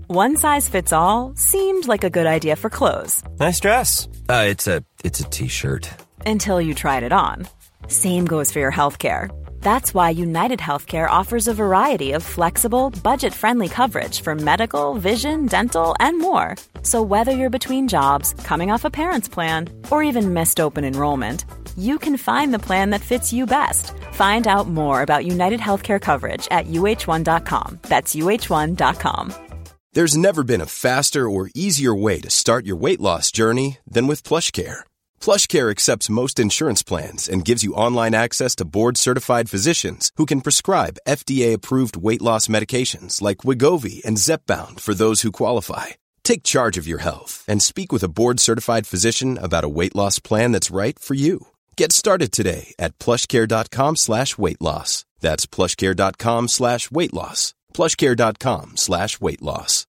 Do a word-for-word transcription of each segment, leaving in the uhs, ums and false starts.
One size fits all seemed like a good idea for clothes. Nice dress. Uh, it's a it's a t-shirt. Until you tried it on. Same goes for your healthcare. That's why United Healthcare offers a variety of flexible, budget-friendly coverage for medical, vision, dental, and more. So whether you're between jobs, coming off a parent's plan, or even missed open enrollment, you can find the plan that fits you best. Find out more about United Healthcare coverage at U H one dot com. That's U H one dot com. There's never been a faster or easier way to start your weight loss journey than with PlushCare. PlushCare accepts most insurance plans and gives you online access to board-certified physicians who can prescribe F D A-approved weight loss medications like Wegovy and Zepbound for those who qualify. Take charge of your health and speak with a board-certified physician about a weight loss plan that's right for you. Get started today at plushcare.com slash weight loss. That's plushcare.com slash weight loss. plushcare.com slash weight loss.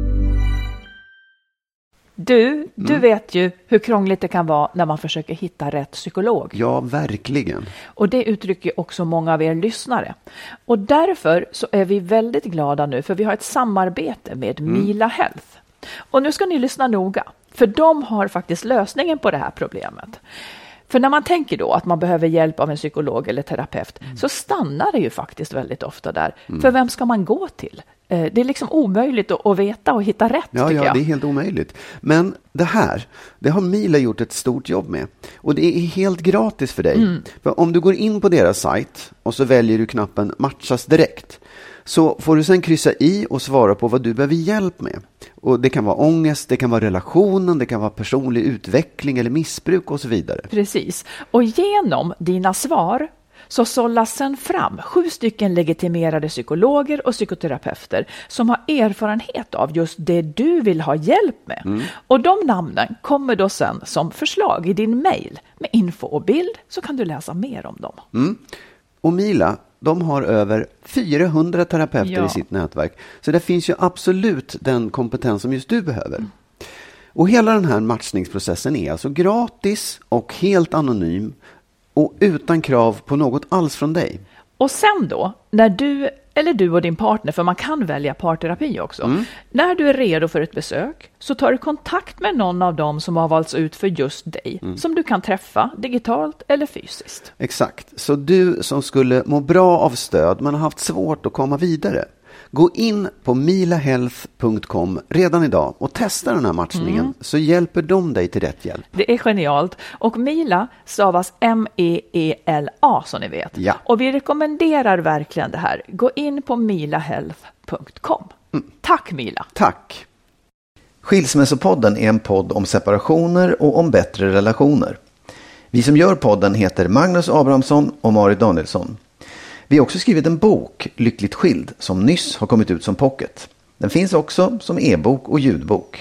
Du, du Mm. vet ju hur krångligt det kan vara när man försöker hitta rätt psykolog. Ja, verkligen. Och det uttrycker också många av er lyssnare. Och därför så är vi väldigt glada nu, för vi har ett samarbete med Mm. Mila Health. Och nu ska ni lyssna noga, för de har faktiskt lösningen på det här problemet. För när man tänker då att man behöver hjälp av en psykolog eller terapeut, Mm. så stannar det ju faktiskt väldigt ofta där. För vem ska man gå till? Eh, Det är liksom omöjligt att, att veta och hitta rätt, Ja, tycker ja, jag. det är helt omöjligt. Men det här, det har Mila gjort ett stort jobb med. Och det är helt gratis för dig. Mm. För om du går in på deras sajt och så väljer du knappen matchas direkt, så får du sen kryssa i och svara på vad du behöver hjälp med. Och det kan vara ångest, det kan vara relationen, det kan vara personlig utveckling eller missbruk och så vidare. Precis. Och genom dina svar så sållas sen fram sju stycken legitimerade psykologer och psykoterapeuter som har erfarenhet av just det du vill ha hjälp med. Mm. Och de namnen kommer då sen som förslag i din mejl med info och bild, så kan du läsa mer om dem. Mm. Och Mila, de har över fyrahundra terapeuter Ja. i sitt nätverk. Så det finns ju absolut den kompetens som just du behöver. Och hela den här matchningsprocessen är alltså gratis och helt anonym och utan krav på något alls från dig. Och sen då, när du eller du och din partner, för man kan välja parterapi också, Mm. när du är redo för ett besök så tar du kontakt med någon av dem som har valts ut för just dig, Mm. som du kan träffa digitalt eller fysiskt. Exakt. Så du som skulle må bra av stöd men har haft svårt att komma vidare, gå in på milahealth punkt com redan idag och testa den här matchningen, Mm. så hjälper de dig till rätt hjälp. Det är genialt. Och Mila stavas M E E L A, som ni vet. Ja. Och vi rekommenderar verkligen det här. Gå in på milahealth punkt com. Tack Mila. Tack! Skilsmässopodden är en podd om separationer och om bättre relationer. Vi som gör podden heter Magnus Abrahamsson och Marit Danielsson. Vi har också skrivit en bok, Lyckligt skild, som nyss har kommit ut som pocket. Den finns också som e-bok och ljudbok.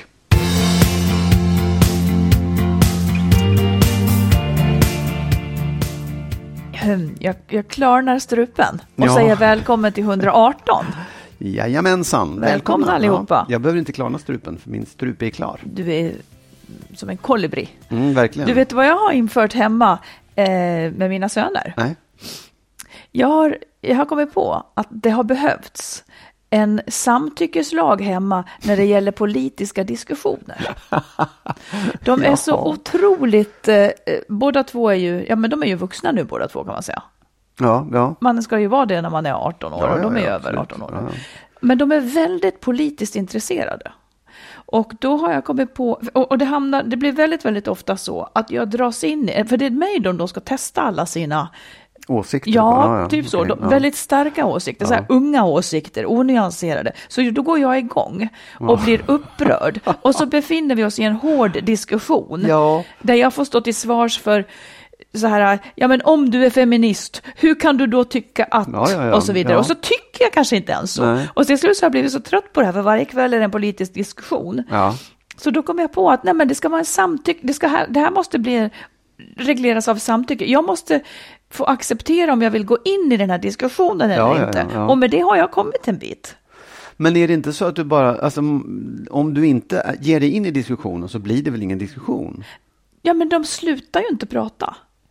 Jag, jag klarnar strupen och Ja. säger välkommen till hundraarton. Jajamensan, Välkomna välkomna allihopa. Ja, jag behöver inte klarna strupen för min strupe är klar. Du är som en kolibri. Mm, verkligen. Du vet vad jag har infört hemma eh, med mina söner? Nej. Jag Jag har, jag har kommit på att det har behövts en samtyckeslag hemma när det gäller politiska diskussioner. De är så Jaha. otroligt, eh, båda två är ju, ja men de är ju vuxna nu båda två kan man säga. Ja, ja. Man ska ju vara det när man är arton år Ja, och de ja, är ja, över absolut. arton år. Ja, ja. Men de är väldigt politiskt intresserade. Och då har jag kommit på, och och det, hamnar, det blir väldigt, väldigt ofta så att jag dras in i, för det är mig de då ska testa alla sina, Åsikter? ja, typ så, okej, de, ja. väldigt starka åsikter, så här, Ja. unga åsikter, onyanserade. Så då går jag igång och blir upprörd. Och så befinner vi oss i en hård diskussion Ja. där jag får stå till svars för så här, ja men om du är feminist, hur kan du då tycka att, Ja, ja, ja. och så vidare. Ja. Och så tycker jag kanske inte ens så. Nej. Och till slut så har jag blivit så trött på det här, för varje kväll är det en politisk diskussion. Ja. Så då kom jag på att nej, men det ska vara en samtycke, det, ska här, det här måste bli regleras av samtycke. Jag måste få acceptera om jag vill gå in i den här diskussionen eller Ja, ja, inte. ja, ja. Och med det har jag kommit en bit. Men är det inte så att du bara, alltså, om du inte ger dig in i diskussionen så blir det väl ingen diskussion? Ja, men de slutar ju inte prata.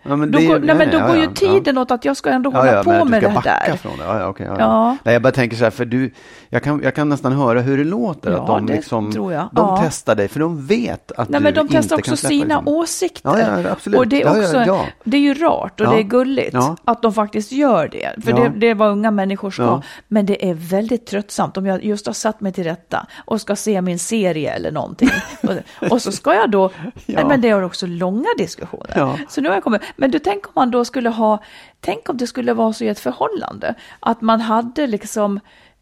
Ja, men då det, går, nej, men då ja, går ja, ju tiden ja. åt att jag ska ändå hålla ja, ja, på med det backa där. Från det. Ja, ja, okay, ja, ja. Ja. Nej, jag bara tänker så här, för du, jag kan, jag kan nästan höra hur det låter. Ja, att de det liksom, tror jag. De Ja. testar dig, för de vet att nej, du men de inte testar kan också släppa sina liksom. åsikter. Ja, ja, absolut. Och det är, också, ja, ja, ja. det är ju rart och ja. det är gulligt ja. att de faktiskt gör det. För ja. det, det är vad unga människor ska. Ja. Men det är väldigt tröttsamt om jag just har satt mig till rätta och ska se min serie eller någonting. och, och så ska jag då... Ja. Nej, men det är också långa diskussioner. Ja. Så nu har jag kommit, men du, tänk om man då skulle ha... Tänk om det skulle vara så i ett förhållande. Att man hade liksom...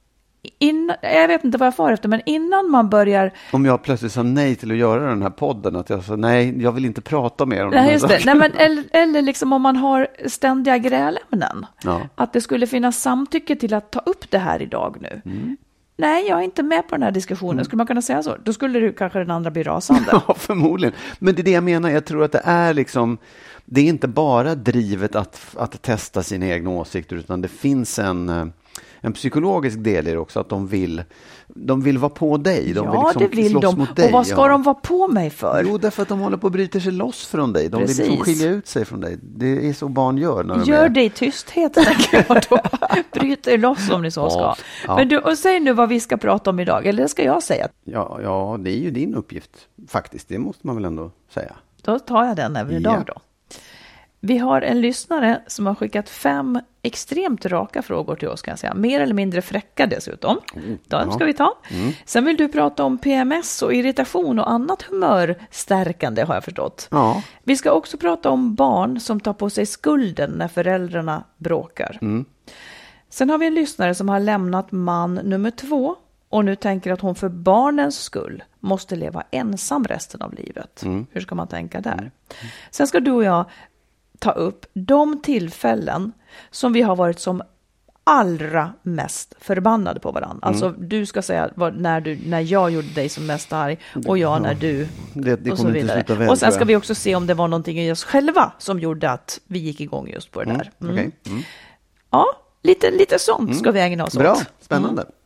In, jag vet inte vad jag far efter, men innan man börjar... Om jag plötsligt sa nej till att göra den här podden, att jag sa nej, jag vill inte prata mer om nej, de just det. Nej, men, eller, eller liksom om man har ständiga grälämnen. Ja. Att det skulle finnas samtycke till att ta upp det här idag nu. Mm. Nej, jag är inte med på den här diskussionen. Mm. Skulle man kunna säga så? Då skulle du kanske den andra bli rasande. Ja, förmodligen. Men det är det jag menar. Jag tror att det är liksom... Det är inte bara drivet att, att testa sina egna åsikter, utan det finns en... En psykologisk del i det också, att de vill, de vill vara på dig. De ja, vill liksom det vill slåss de. mot dig. Och vad ska ja. de vara på mig för? Jo, därför att de håller på att bryta sig loss från dig. De Precis. vill liksom skilja ut sig från dig. Det är så barn gör. När de Gör är... det i tysthet, tänker jag då. Bryt er loss om ni så ska. Ja, ja. Men du, och säg nu vad vi ska prata om idag. Eller ska jag säga? Ja, ja, det är ju din uppgift faktiskt. Det måste man väl ändå säga. Då tar jag den även idag Ja. då. Vi har en lyssnare som har skickat fem extremt raka frågor till oss, kan jag säga. Mer eller mindre fräcka dessutom. Mm, Den ja. ska vi ta. Mm. Sen vill du prata om P M S och irritation och annat humörstärkande, har jag förstått. Ja. Vi ska också prata om barn som tar på sig skulden när föräldrarna bråkar. Mm. Sen har vi en lyssnare som har lämnat man nummer två och nu tänker att hon för barnens skull måste leva ensam resten av livet. Mm. Hur ska man tänka där? Mm. Sen ska du och jag ta upp de tillfällen som vi har varit som allra mest förbannade på varandra. Mm. Alltså du ska säga vad, när, du, när jag gjorde dig som mest arg och jag när du det, det och så vidare. väl, och sen ska vi också se om det var någonting i oss själva som gjorde att vi gick igång just på det där. Mm. Okay. Mm. Ja, lite, lite sånt mm. ska vi ägna oss Bra. åt. Spännande. Mm.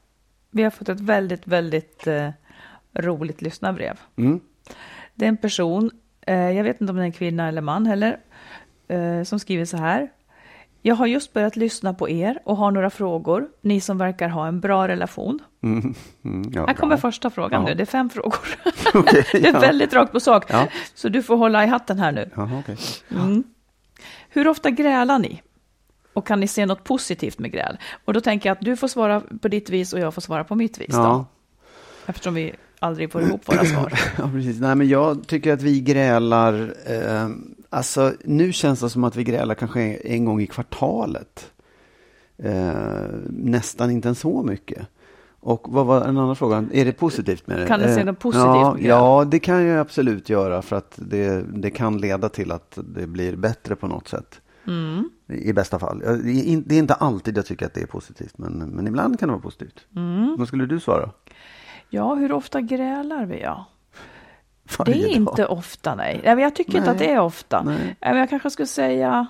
Vi har fått ett väldigt, väldigt eh, roligt lyssnarbrev. Mm. Det är en person, eh, jag vet inte om det är en kvinna eller man heller, eh, som skriver så här. Jag har just börjat lyssna på er och har några frågor. Ni som verkar ha en bra relation. Mm. Mm. Ja, här kommer bra. första frågan ja. nu. Det är fem frågor. Okay, det är ja. väldigt rakt på sak. Ja. Så du får hålla i hatten här nu. Jaha, okay. mm. Hur ofta grälar ni? Och kan ni se något positivt med gräl? Och då tänker jag att du får svara på ditt vis och jag får svara på mitt vis. Ja. Då. Eftersom vi aldrig får ihop våra svar. Ja, precis. Nej, men jag tycker att vi grälar... Eh, alltså, nu känns det som att vi grälar kanske en gång i kvartalet. Eh, nästan inte ens så mycket. Och vad var en annan fråga? Är det positivt med det? Kan det se något positivt ja, med gräl? Ja, det kan jag absolut göra. För att det, det kan leda till att det blir bättre på något sätt. Mm. I bästa fall. Det är inte alltid jag tycker att det är positivt. Men, men ibland kan det vara positivt. Mm. Vad skulle du svara? Ja, hur ofta grälar vi? Ja. Varje Det är dag. inte ofta, nej. Jag tycker nej. inte att det är ofta. Nej. Jag kanske skulle säga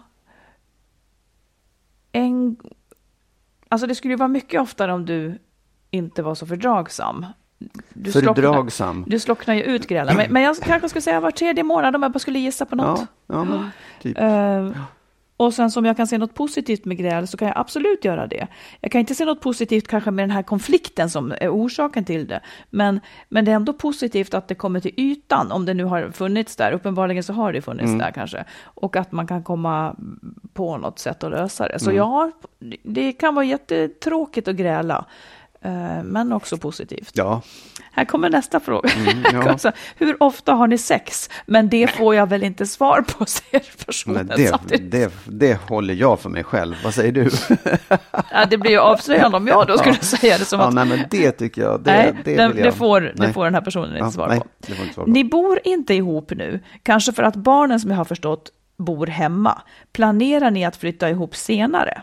en... Alltså det skulle ju vara mycket oftare om du inte var så fördragsam. Du Fördragsam? Slocknar, du slocknar ju ut grälen. Men, men jag kanske skulle säga var tredje månad om jag bara skulle gissa på något. Ja, ja men typ. Uh, och sen som jag kan se något positivt med gräl så kan jag absolut göra det. Jag kan inte se något positivt kanske med den här konflikten som är orsaken till det. Men, men det är ändå positivt att det kommer till ytan om det nu har funnits där. Uppenbarligen så har det funnits mm. där kanske. Och att man kan komma på något sätt att lösa det. Så mm. ja, det kan vara jättetråkigt att gräla. Men också positivt. Ja. Här kommer nästa fråga. Mm, ja. alltså, hur ofta har ni sex? Men det får jag väl inte svar på, säger personen. Men det, det, det håller jag för mig själv. Vad säger du? Ja, det blir ju avslöjande om jag då skulle ja. säga det som ja, att... Nej, men det tycker jag. Det, nej, det, det, vill jag. Det, får, nej. det får den här personen inte ja, svar nej, på. Det får inte svar på. Ni bor inte ihop nu. Kanske för att barnen som jag har förstått bor hemma. Planerar ni att flytta ihop senare?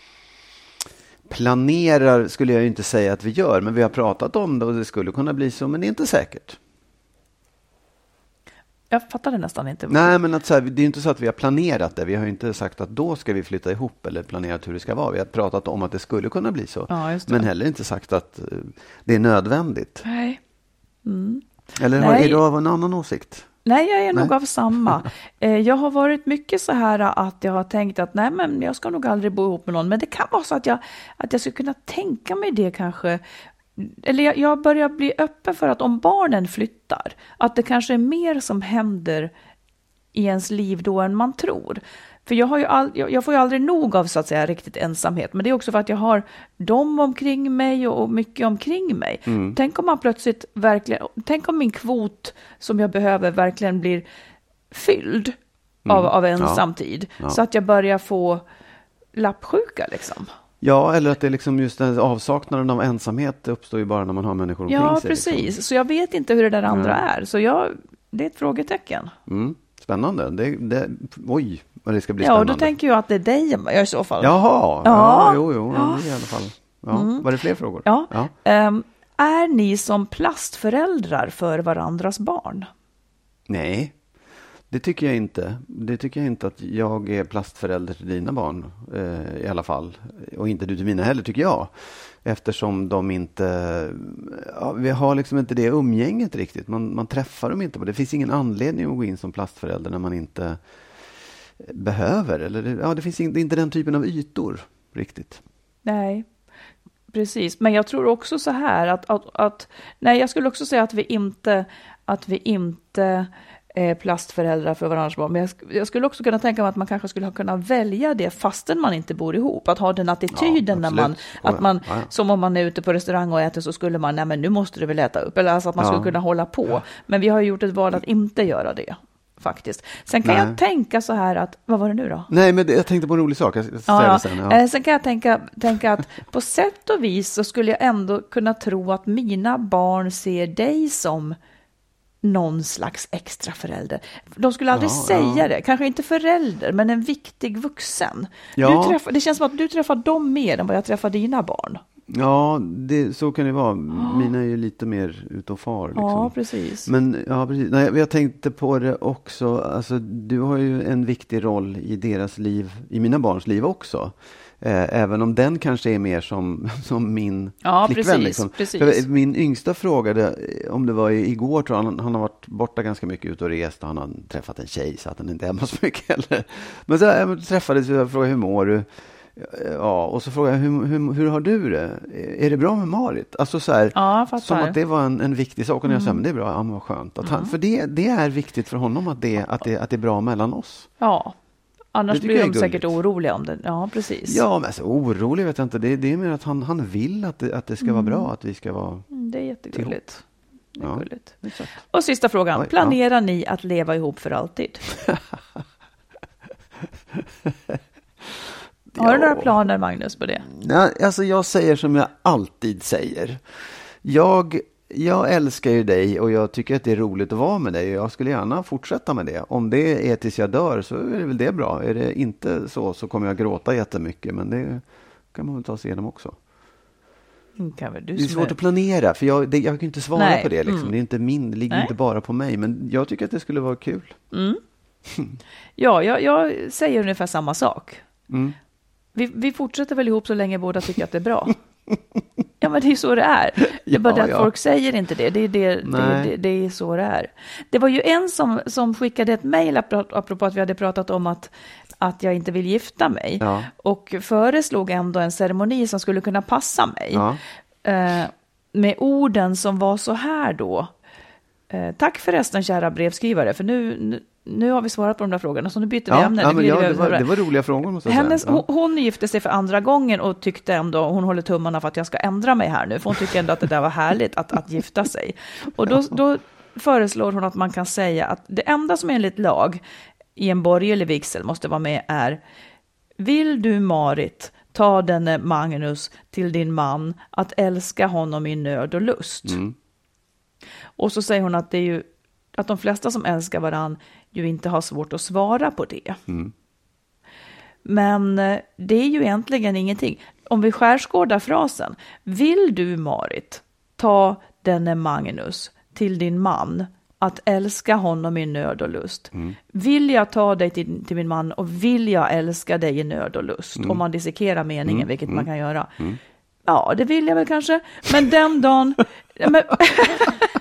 Planerar skulle jag ju inte säga att vi gör, men vi har pratat om det och det skulle kunna bli så, men det är inte säkert. Jag fattar det nästan inte. Nej, men att så här, det är inte så att vi har planerat det. Vi har ju inte sagt att då ska vi flytta ihop eller planerat hur det ska vara. Vi har pratat om att det skulle kunna bli så. Ja, just det. Men heller inte sagt att uh, det är nödvändigt. Nej. Mm. Eller har, Nej. är du av en annan åsikt? Nej, jag är Nej. nog av samma. Eh, jag har varit mycket så här att jag har tänkt att nej, men jag ska nog aldrig bo ihop med någon. Men det kan vara så att jag, att jag skulle kunna tänka mig det kanske. Eller jag, jag börjar bli öppen för att om barnen flyttar, att det kanske är mer som händer i ens liv då än man tror. För jag, har ju all, jag, jag får ju aldrig nog av så att säga riktigt ensamhet. Men det är också för att jag har dem omkring mig och, och mycket omkring mig. Mm. Tänk om man plötsligt verkligen, tänk om min kvot som jag behöver verkligen blir fylld mm. av, av ensamtid. Ja. Ja. Så att jag börjar få lappsjuka liksom. Ja, eller att det är liksom just den avsaknaden av ensamhet uppstår ju bara när man har människor omkring ja, sig. Ja, precis. Liksom. Så jag vet inte hur det där andra mm. är. Så jag, det är ett frågetecken. Mm. Spännande. Det, det, oj, vad det ska bli ja, spännande. Ja, då tänker jag att det är dig jag i så fall. Jaha, ja, ja jo, jo, ja. i alla fall. Ja. Mm. Var det fler frågor? Ja. ja. Um, är ni som plastföräldrar för varandras barn? Nej, det tycker jag inte. Det tycker jag inte att jag är plastförälder till dina barn eh, i alla fall. Och inte du till mina heller, tycker jag. Eftersom de inte, ja, vi har liksom inte det umgänget riktigt. Man, man träffar dem inte. Det finns ingen anledning att gå in som plastförälder när man inte behöver. Eller, ja, det finns inte, inte den typen av ytor riktigt. Nej, precis. Men jag tror också så här att, att, att nej, jag skulle också säga att vi inte, att vi inte är plastföräldrar för varandras barn. Men jag, jag skulle också kunna tänka mig att man kanske skulle kunna välja det fastän man inte bor ihop. Att ha den attityden ja, när man, att man ja, ja. som om man är ute på restaurang och äter så skulle man, nej men nu måste du väl äta upp. Eller alltså att man ja. skulle kunna hålla på. Ja. Men vi har gjort ett val att inte göra det. Faktiskt. Sen kan Nej. jag tänka så här att, vad var det nu då? Nej, men det, jag tänkte på en rolig sak. Jag ja, ja. Sen, ja. sen kan jag tänka, tänka att på sätt och vis så skulle jag ändå kunna tro att mina barn ser dig som någon slags extra förälder. De skulle aldrig ja, säga ja. det. Kanske inte förälder, men en viktig vuxen. Ja. Du träffar, det känns som att du träffar dem mer än vad jag träffar dina barn. Ja, det, så kan det vara. Mina är ju lite mer ut och far. Liksom. Ja, precis. Men ja, precis. Nej, jag tänkte på det också. Alltså, du har ju en viktig roll i deras liv, i mina barns liv också. Eh, även om den kanske är mer som, som min ja, flickvän. Precis, liksom. precis. Min yngsta frågade, om det var igår tror jag, han, han har varit borta ganska mycket ut och rest. Han har träffat en tjej så att han inte är hemma så mycket heller. Men så jag träffades och jag frågade, hur mår du? Ja, och så frågade jag, hur, hur, hur har du det? Är det bra med Marit? Alltså så här, ja, som att det var en, en viktig sak. Och när jag mm. sa, men det är bra, ja, men vad skönt. Att mm. han, för det, det är viktigt för honom att det, att, det, att det är bra mellan oss. Ja, annars det blir de säkert oroliga om det. Ja, precis. Ja, men alltså, orolig vet jag inte. Det, det är mer att han, han vill att det, att det ska mm. vara bra, att vi ska vara mm, det är jättegulligt. Det är ja, gulligt. Och sista frågan, Oj, planerar ja. ni att leva ihop för alltid? Har du några planer, Magnus, på det? Ja, alltså jag säger som jag alltid säger. Jag, jag älskar ju dig och jag tycker att det är roligt att vara med dig. Jag skulle gärna fortsätta med det. Om det är tills jag dör så är det väl det bra. Är det inte så så kommer jag gråta jättemycket. Men det kan man väl ta sig igenom också. Kan väl du det är svårt är... att planera. För jag, det, jag kan inte svara Nej. på det. Liksom. Mm. Det är inte min, det ligger Nej. inte bara på mig. Men jag tycker att det skulle vara kul. Mm. Ja, jag, jag säger ungefär samma sak. Mm. Vi, vi fortsätter väl ihop så länge båda tycker att det är bra. Ja, men det är så det är. Det är bara ja, det att ja. folk säger inte det. Det är, det, det, det, det är så det är. Det var ju en som, som skickade ett mejl apropå att vi hade pratat om att, att jag inte vill gifta mig. Ja. Och föreslog ändå en ceremoni som skulle kunna passa mig. Ja. Eh, med orden som var så här då. Eh, tack förresten, kära brevskrivare. För nu... nu Nu har vi svarat på de där frågorna, så nu byter vi ja, ämne. Ja, men ja, det, var, det var roliga frågor, måste jag Hennes, säga. Ja. Hon, hon gifte sig för andra gången och tyckte ändå, hon håller tummarna för att jag ska ändra mig här nu, för hon tycker ändå att det där var härligt att, att gifta sig. Och då, då föreslår hon att man kan säga att det enda som enligt lag i en borgerlig vigsel måste vara med är: vill du, Marit, ta denne Magnus till din man att älska honom i nöd och lust? Mm. Och så säger hon att det är ju att de flesta som älskar varann ju inte har svårt att svara på det. Mm. Men det är ju egentligen ingenting. Om vi skärskådar frasen: vill du, Marit, ta denne Magnus till din man att älska honom i nöd och lust? Mm. Vill jag ta dig till, till min man och vill jag älska dig i nöd och lust? Mm. Om man dissekerar meningen, mm. vilket mm. man kan göra. Mm. Ja, det vill jag väl kanske. Men den dagen... men,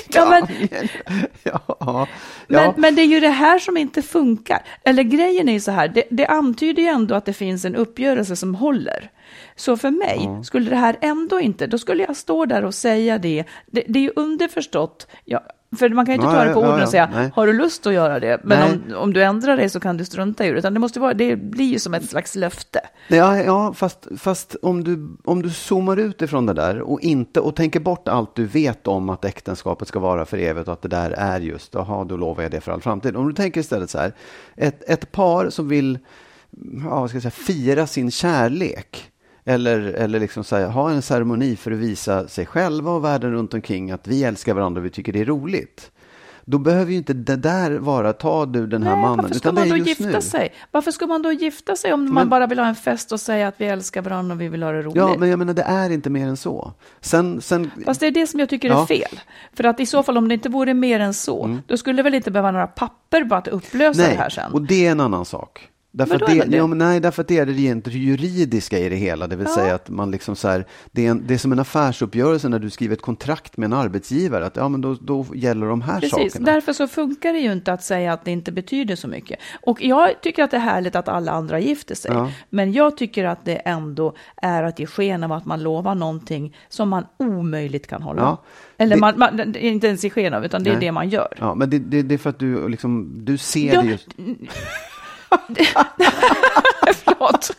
Ja, men, ja, ja. men, men det är ju det här som inte funkar. Eller grejen är ju så här, det, det antyder ju ändå att det finns en uppgörelse som håller. Så för mig ja. skulle det här ändå inte, då skulle jag stå där och säga det. Det, det är ju underförstått, ja, för man kan ju inte ja, ta det på orden ja, ja, och säga, nej. Har du lust att göra det? Men om, om du ändrar dig så kan du strunta i det. Utan det, måste vara, det blir ju som ett slags löfte. Ja, ja fast, fast om, du, om du zoomar ut ifrån det där och, inte, och tänker bort allt du vet om att äktenskapet ska vara för evigt och att det där är just, jaha, då lovar jag det för all framtid. Om du tänker istället så här, ett, ett par som vill ja, vad ska jag säga, fira sin kärlek. Eller, eller liksom så här, ha en ceremoni för att visa sig själva och världen runt omkring att vi älskar varandra och vi tycker det är roligt. Då behöver ju inte det där vara, ta du den här Nej, mannen. Varför ska utan man det är då just gifta nu. sig? Varför ska man då gifta sig om men, man bara vill ha en fest och säga att vi älskar varandra och vi vill ha det roligt? Ja, men jag menar det är inte mer än så. Sen, sen, Fast det är det som jag tycker ja. är fel. För att i så fall om det inte vore mer än så, mm. då skulle det väl inte behöva några papper bara att upplösa Nej, det här sen. Och det är en annan sak. Därför att det, det? Ja, men nej, därför att det är det rent juridiska i det hela. Det vill ja. säga att man liksom så här, det, är en, det är som en affärsuppgörelse när du skriver ett kontrakt med en arbetsgivare. Att ja, men då, då gäller de här Precis, sakerna. Därför så funkar det ju inte att säga att det inte betyder så mycket. Och jag tycker att det är härligt att alla andra gifter sig. Ja. Men jag tycker att det ändå är att ge sken av att man lovar någonting som man omöjligt kan hålla. Ja. Eller det, man, man, inte ens i sken av, utan det nej. är det man gör. Ja, men det, det, det är för att du, liksom, du ser ja. det just... Förlåt.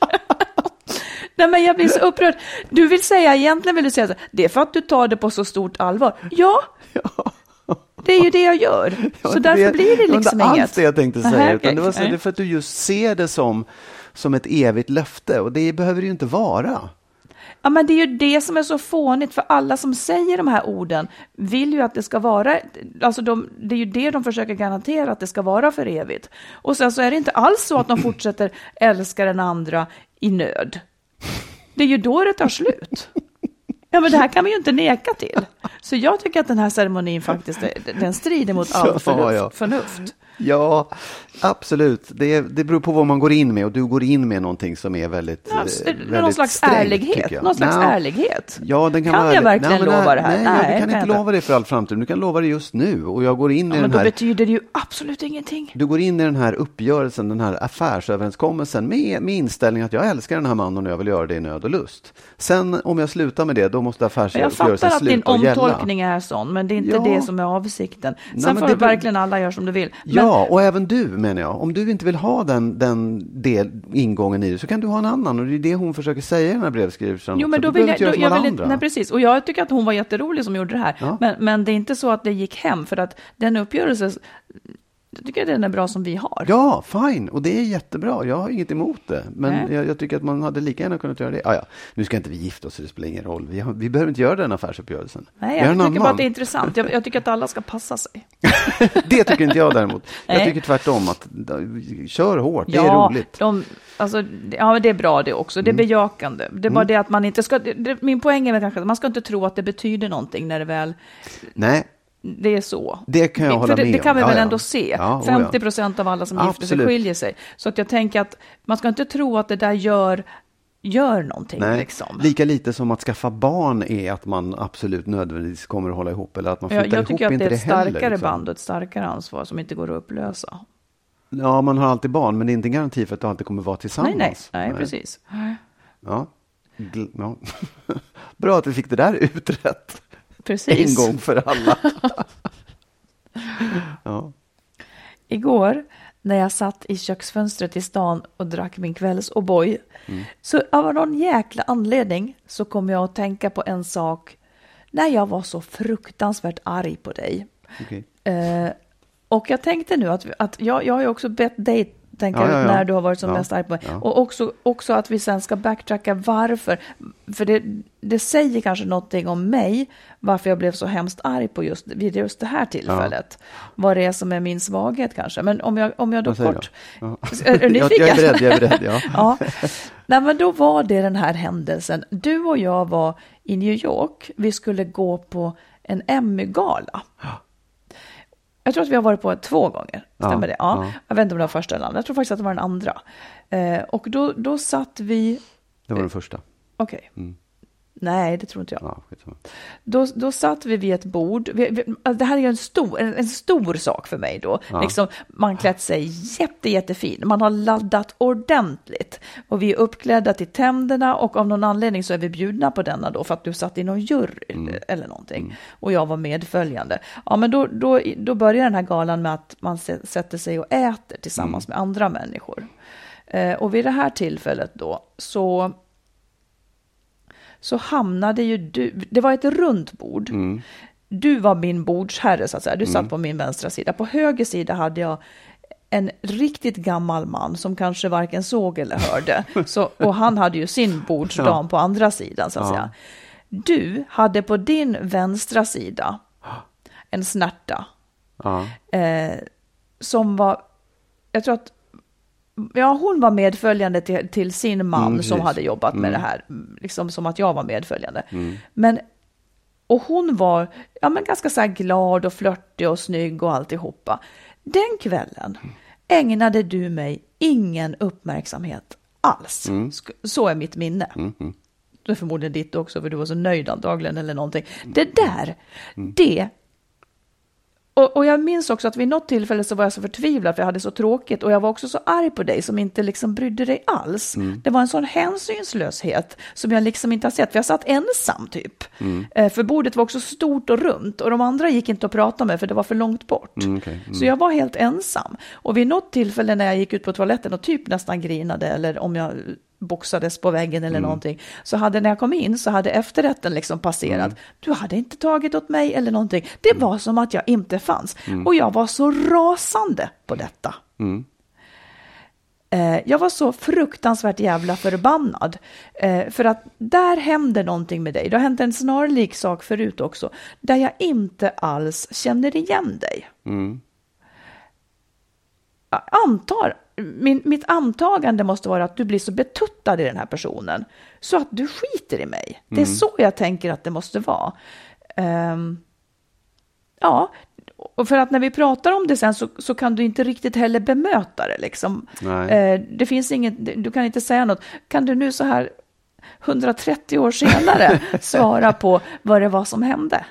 Nej, men jag blir så upprörd. Du vill säga, egentligen vill du säga så, det är för att du tar det på så stort allvar. Ja, ja. Det är ju det jag gör. Ja, så därför det, blir det liksom det inget. Det alls det jag tänkte säga. Aha, utan okay. det var så, det är för att du just ser det som, som ett evigt löfte. Och det behöver det ju inte vara. Ja, men det är ju det som är så fånigt, för alla som säger de här orden vill ju att det ska vara, alltså de, det är ju det de försöker garantera, att det ska vara för evigt. Och sen så är det inte alls så att de fortsätter älska den andra i nöd. Det är ju då det tar slut. Ja, men det här kan vi ju inte neka till. Så jag tycker att den här ceremonin faktiskt, den strider mot allt förnuft. Ja, förnuft. Ja, absolut. Det, det beror på vad man går in med, och du går in med någonting som är väldigt ja, det, väldigt någon slags strängt, ärlighet. Någon slags nej. ärlighet. Ja, den kan, kan vara jag verkligen nej, lova det här? Nej, nej, du kan inte lova det för all framtid. Du kan lova det just nu. Och jag går in ja, i men den då här... betyder det ju absolut ingenting. Du går in i den här uppgörelsen, den här affärsöverenskommelsen med, med inställningen att jag älskar den här mannen och jag vill göra det i nöd och lust. Sen om jag slutar med det, då måste affärsuppgörelsen sluta och gälla. Jag fattar att din omtolkning är sån, men det är inte ja. det som är avsikten. Sen nej, får det... verkligen alla göra som du vill. Men... Ja, och även du menar jag. Om du inte vill ha den, den del, ingången i det, så kan du ha en annan. Och det är det hon försöker säga i den här brevskrivelsen. Jo, men då vill jag, då, jag vill inte, nej, precis. Och jag tycker att hon var jätterolig som gjorde det här. Ja. Men, men det är inte så att det gick hem, för att den uppgörelsen, jag tycker att den är bra som vi har. Ja, fine. Och det är jättebra. Jag har inget emot det. Men jag, jag tycker att man hade lika gärna kunnat göra det. Ah, ja. Nu ska inte vi gifta oss, så det spelar ingen roll. Vi, har, vi behöver inte göra den affärsuppgörelsen. Nej, jag tycker bara att det är intressant. Jag, jag tycker att alla ska passa sig. Det tycker inte jag däremot. Jag Nej. tycker tvärtom att kör hårt. Det ja, är roligt. De, alltså, ja, det är bra det också. Det är mm. bejakande. Det är bara mm. det att man inte ska... Det, det, min poäng är väl kanske att man ska inte tro att det betyder någonting när det väl... Nej. Det är så. Det kan jag hålla det, med om. Det kan vi ja, väl ja. ändå se. Ja, femtio procent av alla som Absolut. gifter sig skiljer sig. Så att jag tänker att man ska inte tro att det där gör, gör någonting. Nej, liksom. Lika lite som att skaffa barn är att man absolut nödvändigtvis kommer att hålla ihop. Eller att man flyttar jag, jag ihop, tycker att det är ett starkare heller, liksom. band och ett starkare ansvar som inte går att upplösa. Ja, man har alltid barn, men det är inte en garanti för att du alltid kommer att vara tillsammans. Nej, nej, nej, nej. precis. Ja. ja. Bra att vi fick det där utrett. Precis. En gång för alla. Ja. Igår när jag satt i köksfönstret i stan och drack min kvälls O'boy, mm. så av någon jäkla anledning så kom jag att tänka på en sak när jag var så fruktansvärt arg på dig. Okay. Eh, och jag tänkte nu att, att jag, jag har ju också bett dig tänka ja, ja, ut ja. när du har varit som ja, mest arg på mig. Ja. Och också, också att vi sen ska backtracka varför. För det, det säger kanske någonting om mig, varför jag blev så hemskt arg på just, vid just det här tillfället. Ja. Vad det är som är min svaghet kanske. Men om jag, om jag då kort... Ja. Är, är du jag, jag är beredd, jag är beredd, ja. ja. Nej, men då var det den här händelsen. Du och jag var i New York. Vi skulle gå på en Emmy-gala. Ja. Jag tror att vi har varit på två gånger. Stämmer ja, det? Ja. ja. Jag vet inte om det var första eller andra. Jag tror faktiskt att det var den andra. Eh, och då, då satt vi... Det var den första. Okej. Okay. Mm. Nej, det tror inte jag. Ja, skitsamma. Då, då satt vi vid ett bord. Vi, vi, alltså det här är ju en stor, en, en stor sak för mig då. Ja. Liksom, man klätt sig jätte, jättefin. Man har laddat ordentligt. Och vi är uppklädda till tänderna och av någon anledning så är vi bjudna på denna då för att du satt i någon jury mm. eller någonting. Mm. Och jag var medföljande. Ja, men då, då, då börjar den här galan med att man sätter sig och äter tillsammans mm. med andra människor. Eh, och vid det här tillfället då så... så hamnade ju du, det var ett runt bord. Mm. Du var min bordsherre så att säga. Du mm. satt på min vänstra sida. På höger sida hade jag en riktigt gammal man som kanske varken såg eller hörde. Så, och han hade ju sin bordsdam ja. på andra sidan så att ja. säga. Du hade på din vänstra sida en snärta. Ja. Eh, som var, jag tror att ja, hon var medföljande till, till sin man mm, som hade jobbat med mm. det här. Liksom som att jag var medföljande. Mm. Men, och hon var ja, men ganska så här glad och flörtig och snygg och alltihopa. Den kvällen ägnade du mig ingen uppmärksamhet alls. Mm. Så är mitt minne. Mm. Mm. Det är förmodligen ditt också för du var så nöjd antagligen eller någonting. Det där, mm. det Och, och jag minns också att vid något tillfälle så var jag så förtvivlad för jag hade så tråkigt och jag var också så arg på dig som inte liksom brydde dig alls. Mm. Det var en sån hänsynslöshet som jag liksom inte har sett. För jag satt ensam typ. Mm. Eh, för bordet var också stort och runt och de andra gick inte att prata med för det var för långt bort. Mm, okay. mm. Så jag var helt ensam. Och vid något tillfälle när jag gick ut på toaletten och typ nästan grinade eller om jag boxades på väggen eller mm. någonting. Så hade när jag kom in så hade efterrätten liksom passerat. Mm. Du hade inte tagit åt mig eller någonting. Det mm. var som att jag inte fanns. Mm. Och jag var så rasande på detta. Mm. Eh, jag var så fruktansvärt jävla förbannad. Eh, för att där hände någonting med dig. Det har hänt en snarlik sak förut också. Där jag inte alls känner igen dig. Mm. Jag antar Min, mitt antagande måste vara att du blir så betuttad i den här personen så att du skiter i mig. Mm. Det är så jag tänker att det måste vara. Um, ja, och för att när vi pratar om det sen så, så kan du inte riktigt heller bemöta det. Liksom. Uh, det finns inget, du kan inte säga något. Kan du nu så här hundratrettio år senare svara på vad det var som hände?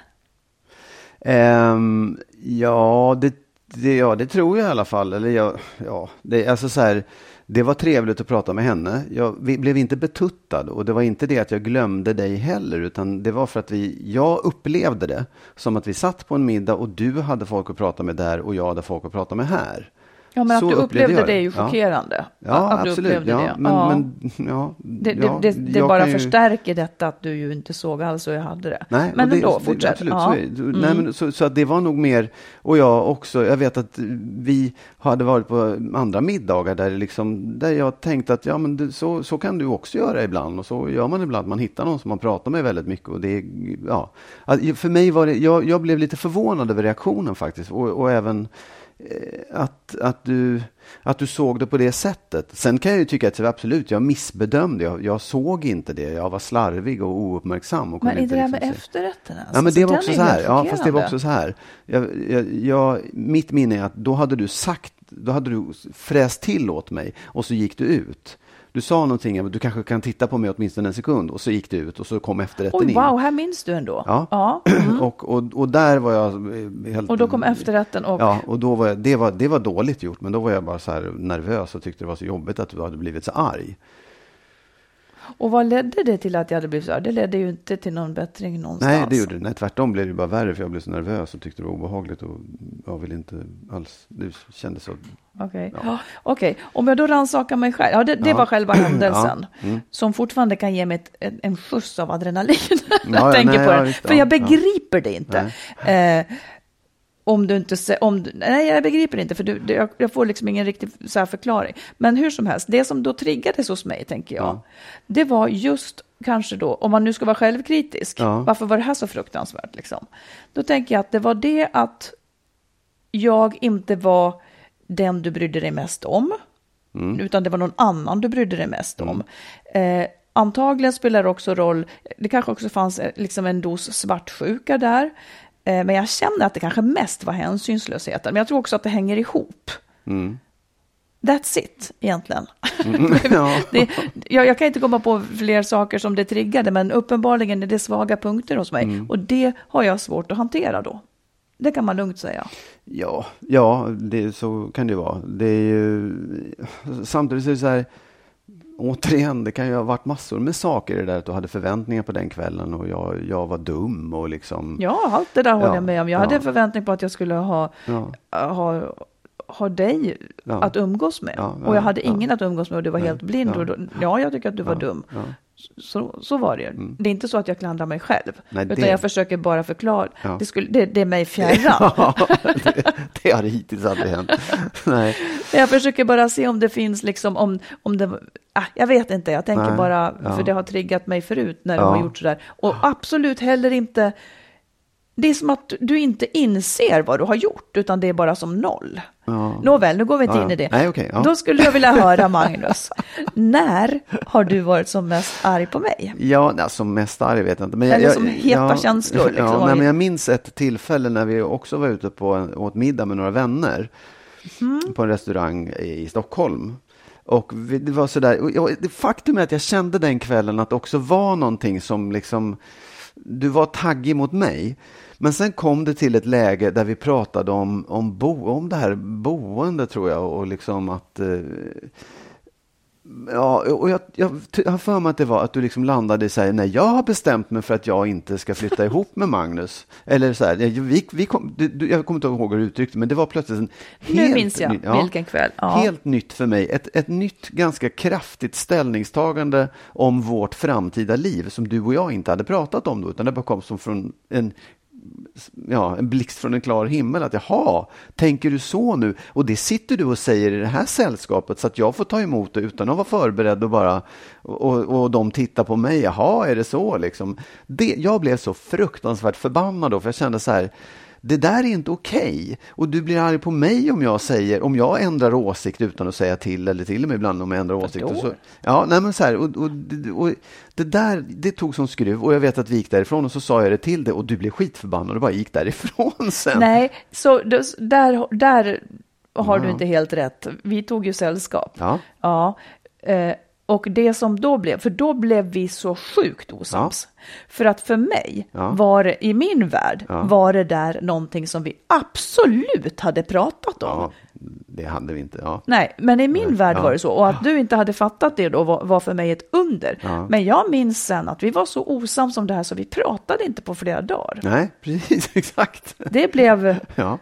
Um, ja, det Det, ja, det tror jag i alla fall. Eller jag, ja, det, alltså så här, det var trevligt att prata med henne. Jag vi, blev inte betuttad och det var inte det att jag glömde dig heller utan det var för att vi, jag upplevde det som att vi satt på en middag och du hade folk att prata med där och jag hade folk att prata med här. Ja, men så att du upplevde, upplevde det är ju chockerande. Ja, ja att absolut. Du ja, det. Men, ja. Men, ja, det det, det, det bara ju... förstärker detta att du ju inte såg alls och jag hade det. Nej, men ändå, det, fortsätt. Absolut, ja. så, mm. Nej, men, så, så att det var nog mer, och jag också, jag vet att vi hade varit på andra middagar där, liksom, där jag tänkte att ja, men det, så, så kan du också göra ibland och så gör man ibland, man hittar någon som man pratar med väldigt mycket och det, ja. För mig var det, jag, jag blev lite förvånad över reaktionen faktiskt och, och även Att, att, du, att du såg det på det sättet. Sen kan jag ju tycka att absolut, jag missbedömde. Jag, jag såg inte det. Jag var slarvig och ouppmärksam. Och men är inte det där med efterrätten? Alltså, ja, men det var också så här. Ja, fast det var också så här. Jag, jag, jag, mitt minne är att då hade du sagt, då hade du fräst till åt mig och så gick du ut. Du sa någonting, du kanske kan titta på mig åtminstone en sekund och så gick du ut och så kom efterrätten Oj, in. Wow, här minns du ändå. Ja, ja. Mm. och, och, och där var jag helt... Och då kom efterrätten och... Ja, och då var jag, det, var, det var dåligt gjort, men då var jag bara så här nervös och tyckte det var så jobbigt att du hade blivit så arg. Och vad ledde det till att jag hade blivit så här? Det ledde ju inte till någon bättring någonstans. Nej, det gjorde det. Nej, tvärtom blev det bara värre för jag blev så nervös och tyckte det var obehagligt och jag ville inte alls, det kändes så. Okej, okay. ja. okay. Om jag då rannsakar mig själv, ja det, det ja. var själva händelsen ja. mm. som fortfarande kan ge mig ett, en, en skjuts av adrenalin när jag ja, tänker nej, på ja, det. För jag begriper ja. det inte. Eh, Om du inte se, om du, nej, jag begriper inte för du, det, jag, jag får liksom ingen riktig så här förklaring. Men hur som helst, det som då triggades hos mig, tänker jag, ja. det var just kanske då, om man nu ska vara självkritisk, ja. varför var det här så fruktansvärt liksom? Då tänker jag att det var det att jag inte var den du brydde dig mest om, mm. utan det var någon annan du brydde dig mest mm. om. Eh, antagligen spelar det också roll, det kanske också fanns liksom en dos svartsjuka där. Men jag känner att det kanske mest var hänsynslösheten. Men jag tror också att det hänger ihop. Mm. That's it, egentligen. Mm, ja. det, jag, jag kan inte komma på fler saker som det triggade, men uppenbarligen är det svaga punkter hos mig. Mm. Och det har jag svårt att hantera då. Det kan man lugnt säga. Ja, ja det, så kan det vara. Det är ju, samtidigt är det så här, återigen, det kan ju ha varit massor med saker i det där att du hade förväntningar på den kvällen och jag, jag var dum och liksom... Ja, allt det där håller ja, jag med om. Jag ja. hade förväntning på att jag skulle ha, Ja. ha, ha dig Ja. att umgås med. Ja, ja, och jag hade ja. ingen att umgås med och du var Nej, helt blind. ja. Och då, ja, jag tycker att du var Ja, dum. ja. Så, så var det ju. Mm. Det är inte så att jag klandrar mig själv. Nej, utan det- jag försöker bara förklara. Ja. Det, skulle, det, det är mig fjärran. Ja, det, det har hittills aldrig hänt. Nej. Jag försöker bara se om det finns liksom, om, om det, ah, jag vet inte, jag tänker Nej, bara, ja. för det har triggat mig förut när Ja. de har gjort sådär. Och absolut heller inte, det är som att du inte inser vad du har gjort, utan det är bara som noll. Ja. Nåväl, nu går vi inte Ja, in ja. i det. Nej, okej, ja. Då skulle jag vilja höra, Magnus, när har du varit som mest arg på mig? Ja, nej, som mest arg vet jag inte. Men Eller jag, som heta känslor, liksom. Ja, nej, men jag minns ett tillfälle när vi också var ute på en, åt middag med några vänner Mm. på en restaurang i Stockholm. Och vi, det var sådär, och jag, det faktum är att jag kände den kvällen att det också var någonting som liksom, du var taggig mot mig. Men sen kom det till ett läge där vi pratade om, om, bo, om det här boende tror jag och liksom att eh, ja, och jag, jag, jag har för mig att det var att du liksom landade i så här, nej, jag har bestämt mig för att jag inte ska flytta ihop med Magnus. Eller så här, vi, vi kom, du, jag kommer inte ihåg hur du uttryckte, men det var plötsligt en helt, Nu minns jag ny, ja, vilken kväll. Ja. helt nytt för mig. Ett, ett nytt, ganska kraftigt ställningstagande om vårt framtida liv som du och jag inte hade pratat om då, utan det bara kom som från en ja, en blixt från en klar himmel att jaha, tänker du så nu? Och det sitter du och säger i det här sällskapet så att jag får ta emot det utan att vara förberedd och bara och, och, och de tittar på mig, jaha, är det så liksom? Det, jag blev så fruktansvärt förbannad då, för jag kände så här, det där är inte okej. Och du blir arg på mig om jag säger, om jag ändrar åsikt utan att säga till, eller till och med ibland om jag ändrar åsikt. Och så, ja, nej men så här, och, och, och det där, det tog som skruv, och jag vet att vi gick därifrån och så sa jag det till det och du blev skitförbannad och bara gick därifrån sen. Nej, så där, där har Ja. du inte helt rätt. Vi tog ju sällskap. Ja. Ja, eh, och det som då blev, för då blev vi så sjukt osams. För att för mig Ja. var det, i min värld, Ja. var det där någonting som vi absolut hade pratat om. Ja, det hade vi inte. Ja. Nej, men i min Nej. värld Ja. var det så. Och att du inte hade fattat det då var, var för mig ett under. Ja. Men jag minns sen att vi var så osams om det här så vi pratade inte på flera dagar. Nej, precis, exakt. Det blev, Ja.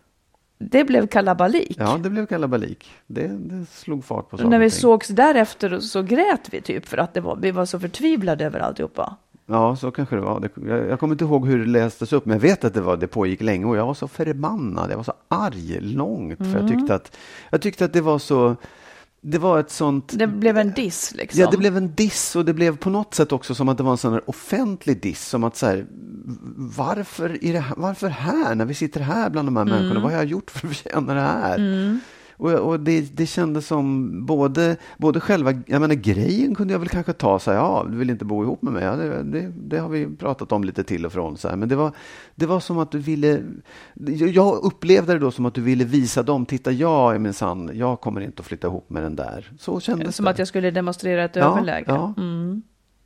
det blev kalabalik. Ja, det blev kalabalik. Det, det slog fart på saker När vi och ting. sågs därefter så grät vi typ för att det var, vi var så förtvivlade över alltihopa. Ja, så kanske det var. Det, jag, jag kommer inte ihåg hur det lästes upp, men jag vet att det, var, det pågick länge och jag var så förbannad. Jag var så arg långt, för jag tyckte att, jag tyckte att det var så... Det var ett sånt... Det blev en diss liksom. Ja, det blev en diss och det blev på något sätt också som att det var en sån här offentlig diss. Som att så här, varför, är det, varför här, när vi sitter här bland de här Mm. människorna, vad har jag gjort för att förtjäna det här? Och, och det, det kändes som både, både själva, jag menar grejen kunde jag väl kanske ta så här, ja, du vill inte bo ihop med mig, ja, det, det, det har vi pratat om lite till och från så här. Men det var, det var som att du ville, jag upplevde det då som att du ville visa dem, titta, jag är minsann, jag kommer inte att flytta ihop med den där. Så kändes Som det. att jag skulle demonstrera ett Ja, överläge. ja. Mm.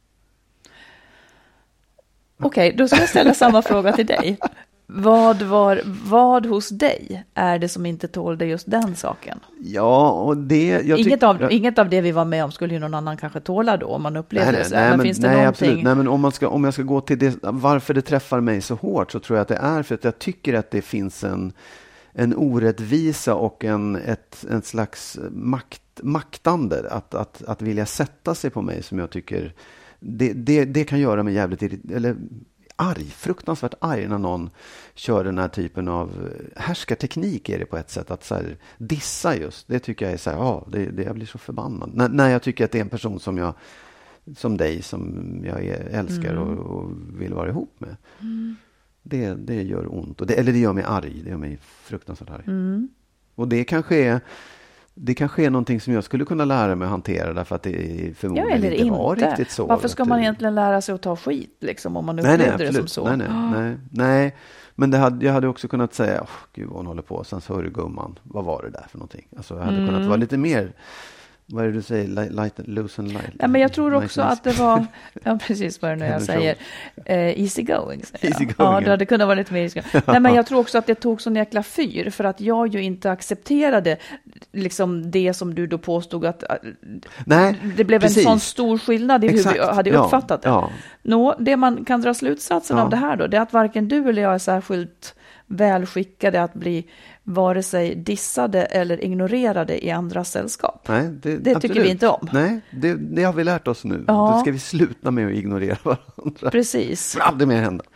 Okej, då ska jag ställa samma fråga till dig. Vad, var, vad hos dig är det som inte tålde just den saken? Ja, och det... Jag Inget, tyck- av, inget av det vi var med om skulle ju någon annan kanske tåla då, om man upplevde Nej, det så nej, här. nej, Men men, finns det nej, någonting? absolut. Nej, men om, man ska, om jag ska gå till det, varför det träffar mig så hårt, så tror jag att det är för att jag tycker att det finns en, en orättvisa och en, ett, en slags makt, maktande att, att, att vilja sätta sig på mig som jag tycker det, det, det kan göra mig jävligt irrit- eller arg, fruktansvärt arg när någon kör den här typen av härskarteknik är det på ett sätt, att så här, dissa just, det tycker jag är så här, ja, det, det, jag blir så förbannad. När, när jag tycker att det är en person som jag, som dig, som jag är, älskar Mm. och, och vill vara ihop med. Mm. Det, det gör ont, och det, eller det gör mig arg, det gör mig fruktansvärt arg. Mm. Och det kanske är det kanske är någonting som jag skulle kunna lära mig att hantera därför att det förmodligen ja, eller inte, inte var riktigt så. Varför ska man det... egentligen lära sig att ta skit liksom, om man nej, upplevde nej, det som så? Nej, nej, oh. nej, nej. Men det hade, jag hade också kunnat säga, oh, gud vad hon håller på. Sen så hör du gumman, vad var det där för någonting? Alltså jag hade mm. kunnat vara lite mer, vad är det du säger? Light, light, loose and light. Ja, men jag tror också att det var, ja precis vad det nu jag säger, eh, easy going. Easy going. Ja, det hade kunnat vara lite mer easy going. Nej, men jag tror också att det tog sån jäkla fyr för att jag ju inte accepterade liksom det som du då påstod att nej, det blev precis. En sån stor skillnad i exakt. hur vi hade uppfattat ja, det. Ja. Nå, det man kan dra slutsatsen ja. Av det här då, det är att varken du eller jag är särskilt välskickade att bli vare sig dissade eller ignorerade i andra sällskap. Nej, det, det tycker vi inte om. Nej, det, det har vi lärt oss nu. Ja. Då ska vi sluta med att ignorera varandra. Precis. Det aldrig mer hända.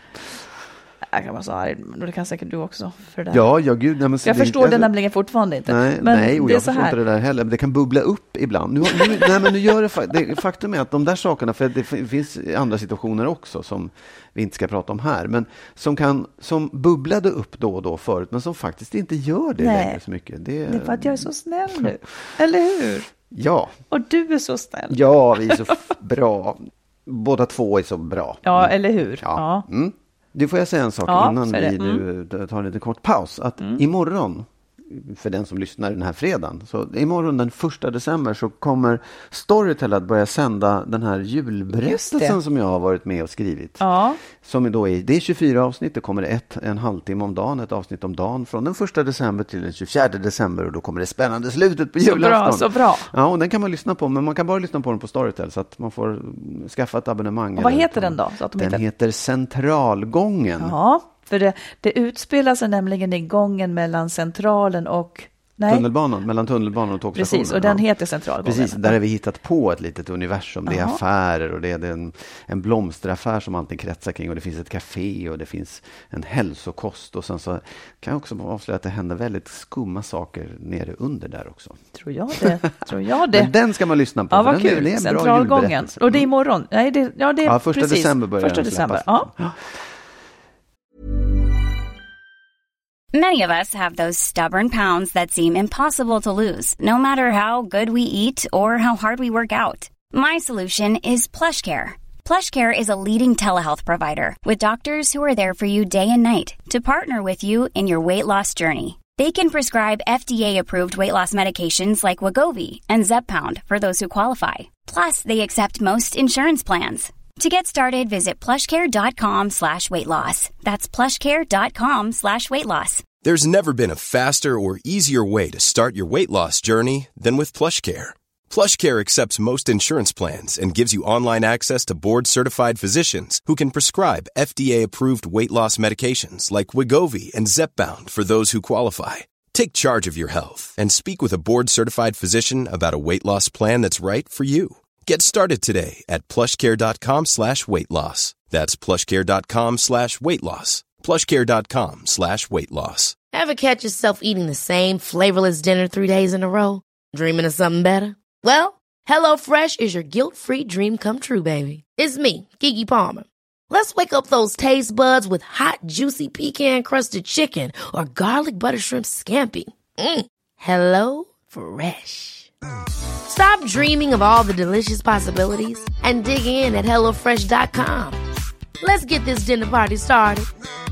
Jag kan vara så arg, men det kan säkert du också för det. Ja, ja gud. Nej, men jag det, förstår alltså, det nämligen fortfarande inte. Nej, men nej och det är jag så förstår här. inte det där heller. Men det kan bubbla upp ibland. Nu, nu, nej, men nu gör det, det. Faktum är att de där sakerna, för det finns andra situationer också som vi inte ska prata om här, men som, kan, som bubblade upp då och då förut, men som faktiskt inte gör det nej. längre så mycket. Det, det är för att jag är så snäll nu. Eller hur? Ja. Och du är så snäll. Ja, vi är så bra. Båda två är så bra. Ja, eller hur? Ja. Ja. Mm. Du, får jag säga en sak ja, innan vi mm. nu tar en liten kort paus. Att mm. imorgon, för den som lyssnar den här fredagen, så imorgon den första december så kommer Storytel att börja sända den här julberättelsen som jag har varit med och skrivit. Ja. Som då är, det är tjugofyra avsnitt, det kommer ett en halvtimme om dagen, ett avsnitt om dagen från den första december till den tjugofjärde december, och då kommer det spännande slutet på julafton. Så bra, så bra. Ja, och den kan man lyssna på, men man kan bara lyssna på den på Storytel så att man får skaffa ett abonnemang. Och vad heter den då? Så att de den heter... heter Centralgången. Ja, för det, det utspelar sig nämligen i gången mellan Centralen och nej. Tunnelbanan, mellan tunnelbanan och tågstationen. Precis, och den ja. heter Centralgången. Precis, där har vi hittat på ett litet universum. Det är Aha. affärer och det är en, en blomsteraffär som alltid kretsar kring, och det finns ett café och det finns en hälsokost, och sen så kan jag också avslöja att det händer väldigt skumma saker nere under där också. Tror jag det, tror jag det. Men den ska man lyssna på. Ja, vad den, kul. det är en Centralgången. Bra och det är imorgon. Nej, det, ja, det är ja, första precis. december börjar första den december. släppas. Ja. Many of us have those stubborn pounds that seem impossible to lose, no matter how good we eat or how hard we work out. My solution is PlushCare. PlushCare is a leading telehealth provider with doctors who are there for you day and night to partner with you in your weight loss journey. They can prescribe F D A-approved weight loss medications like Wegovy and Zepbound for those who qualify. Plus, they accept most insurance plans. To get started, visit plushcare.com slash weight loss. That's plushcare.com slash weight loss. There's never been a faster or easier way to start your weight loss journey than with PlushCare. PlushCare accepts most insurance plans and gives you online access to board-certified physicians who can prescribe F D A-approved weight loss medications like Wegovy and Zepbound for those who qualify. Take charge of your health and speak with a board-certified physician about a weight loss plan that's right for you. Get started today at plushcare.com slash weight loss. That's plushcare.com slash weight loss. plushcare.com slash weight loss. Ever catch yourself eating the same flavorless dinner three days in a row? Dreaming of something better? Well, HelloFresh is your guilt-free dream come true, baby. It's me, Keke Palmer. Let's wake up those taste buds with hot, juicy pecan-crusted chicken or garlic butter shrimp scampi. Mm. Hello Fresh. Stop dreaming of all the delicious possibilities and dig in at hello fresh dot com. Let's get this dinner party started.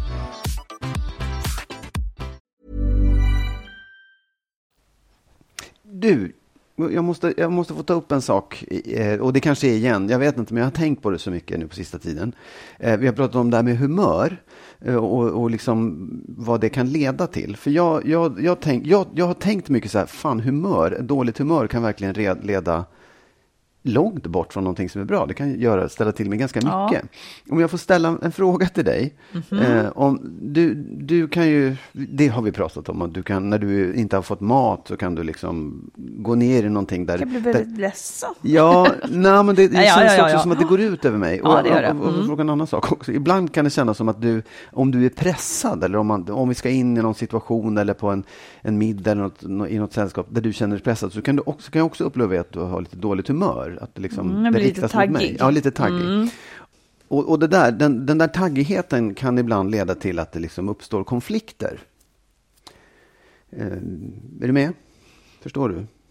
Du, jag måste, jag måste få ta upp en sak, och det kanske är igen, jag vet inte, men jag har tänkt på det så mycket nu på sista tiden. Vi har pratat om det här med humör och, och liksom vad det kan leda till. För jag, jag, jag, tänk, jag, jag har tänkt mycket så här, fan humör, dåligt humör kan verkligen leda långt bort från någonting som är bra. Det kan göra, ställa till med ganska mycket. Ja. Om jag får ställa en fråga till dig. Mm-hmm. Eh, om du, du kan ju, det har vi pratat om, att du kan, när du inte har fått mat så kan du liksom gå ner i någonting där. Jag blir väldigt där, ledsen. Ja, nej, men det, det ja, känns ja, ja, också ja. som att det går ut över mig. Ja, det gör det. Och, och, och, och fråga en annan sak också. Ibland kan det kännas som att du, om du är pressad eller om, man, om vi ska in i någon situation eller på en, en middag eller något, i något sällskap där du känner dig pressad, så kan du också, kan jag också uppleva att du har lite dåligt humör. Att det liksom mm, det lite taggig. Mot mig. Ja, lite taggig. Mm. Och, och det där, den, den där taggigheten kan ibland leda till att det liksom uppstår konflikter. Eh, är du med? Förstår du?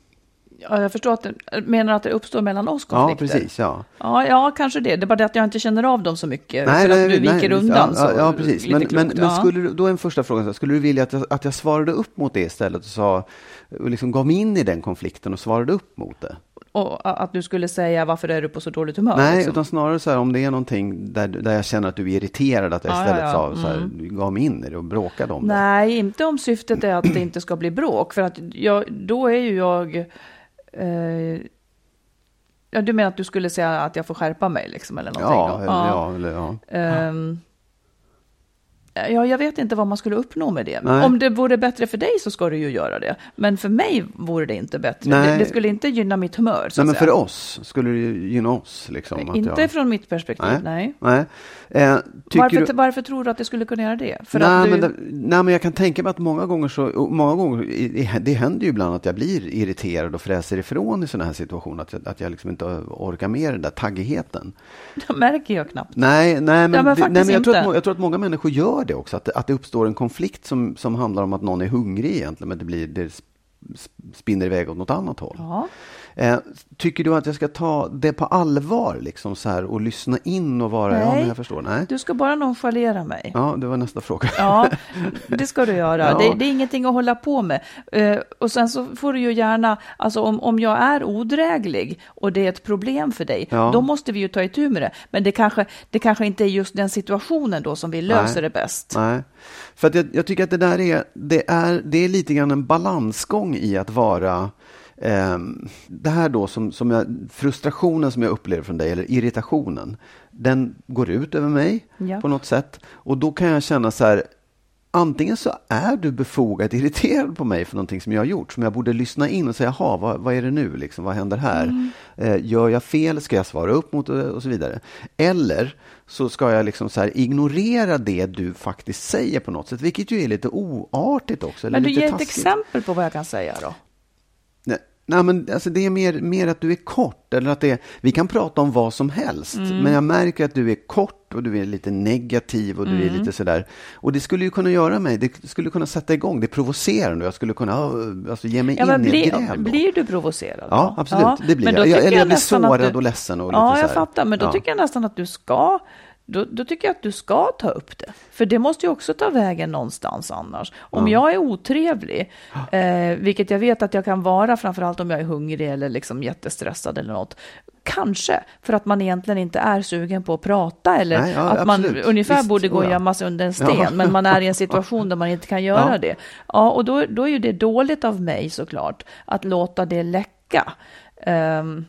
Ja, jag förstår att det, menar att det uppstår mellan oss konflikter. Ja, precis. Ja. Ja, ja, kanske det. Det är bara det att jag inte känner av dem så mycket. Nej, för nej, att du viker nej, undan. Ja, så ja precis. Men, klokt, men, men ja. skulle du, då är en första fråga, skulle du vilja att jag, att jag svarade upp mot det istället och sa, och liksom gav mig in i den konflikten och svarade upp mot det? Och att du skulle säga, varför är du på så dåligt humör? Nej, liksom? utan snarare så här, om det är någonting där, där jag känner att du är irriterad, att jag Ja, istället ja, ja. sa så här, Mm. gav mig in i det och bråkade om det. Nej, inte om syftet är att det inte ska bli bråk. För att jag, då är ju jag... Eh, ja, du menar att du skulle säga att jag får skärpa mig liksom, eller någonting? Ja, då? ja. ja, eller, ja. Um, ja, jag vet inte vad man skulle uppnå med det. Nej. Om det vore bättre för dig så ska du ju göra det. Men för mig vore det inte bättre. Nej. Det, det skulle inte gynna mitt humör. Så Nej, men att säga. för oss skulle det ju gynna oss. Liksom, Inte att jag... från mitt perspektiv, nej. nej. nej. Eh, varför, du... varför tror du att det skulle kunna göra det? För nej, att du... men det, nej, men jag kan tänka mig att många gånger så, många gånger, det händer ju ibland att jag blir irriterad och fräser ifrån i sådana här situationer, att jag, att jag liksom inte orkar med den där taggigheten. Det märker jag knappt. Nej, nej, men, ja, men, det, nej, men jag, tror inte. att, jag tror att många människor gör det också, att det, att det uppstår en konflikt som, som handlar om att någon är hungrig egentligen, men det, blir, det spinner iväg åt något annat håll. Ja. Eh, tycker du att jag ska ta det på allvar liksom så här, och lyssna in och vara, nej, ja men jag förstår, nej. Du ska bara nonchalera mig. Ja, det var nästa fråga. Ja, det ska du göra. Ja. Det, det är ingenting att hålla på med. Uh, och sen så får du ju gärna, alltså om, om jag är odräglig och det är ett problem för dig, ja. då måste vi ju ta itu med det. Men det kanske, det kanske inte är just den situationen då som vi löser nej. det bäst. Nej, för att jag, jag tycker att det där är, det är, det är lite grann en balansgång i att vara Um, det här då som, som jag, frustrationen som jag upplever från dig, eller irritationen, den går ut över mig ja. på något sätt, och då kan jag känna så här, antingen så är du befogat irriterad på mig för någonting som jag har gjort, som jag borde lyssna in och säga, jaha, vad, vad är det nu liksom, vad händer här? Mm. Eh, gör jag fel, ska jag svara upp mot det och så vidare, eller så ska jag liksom så här ignorera det du faktiskt säger på något sätt, vilket ju är lite oartigt också. Men du lite ger taskigt. ett exempel på vad jag kan säga då? Nej, nej, men alltså det är mer, mer att du är kort, eller att det är, vi kan prata om vad som helst, mm. men jag märker att du är kort och du är lite negativ och du mm. är lite sådär, och det skulle ju kunna göra mig, det skulle kunna sätta igång, det är provocerande, jag skulle kunna alltså, ge mig ja, in bli, i ett gräv. Blir du provocerad? Ja, absolut, ja, det blir men jag. jag eller jag blir sårad du, och ledsen och ja, lite jag så fattar, men då ja. tycker jag nästan att du ska Då, då tycker jag att du ska ta upp det. För det måste ju också ta vägen någonstans annars. Om ja. jag är otrevlig, eh, vilket jag vet att jag kan vara, framförallt om jag är hungrig eller liksom jättestressad eller något. Kanske för att man egentligen inte är sugen på att prata, eller Nej, ja, att man absolut. ungefär Visst, borde gå och ja. gömma sig under en sten. Ja. Men man är i en situation där man inte kan göra ja. det. Ja, och då, då är ju det dåligt av mig såklart att låta det läcka. Um,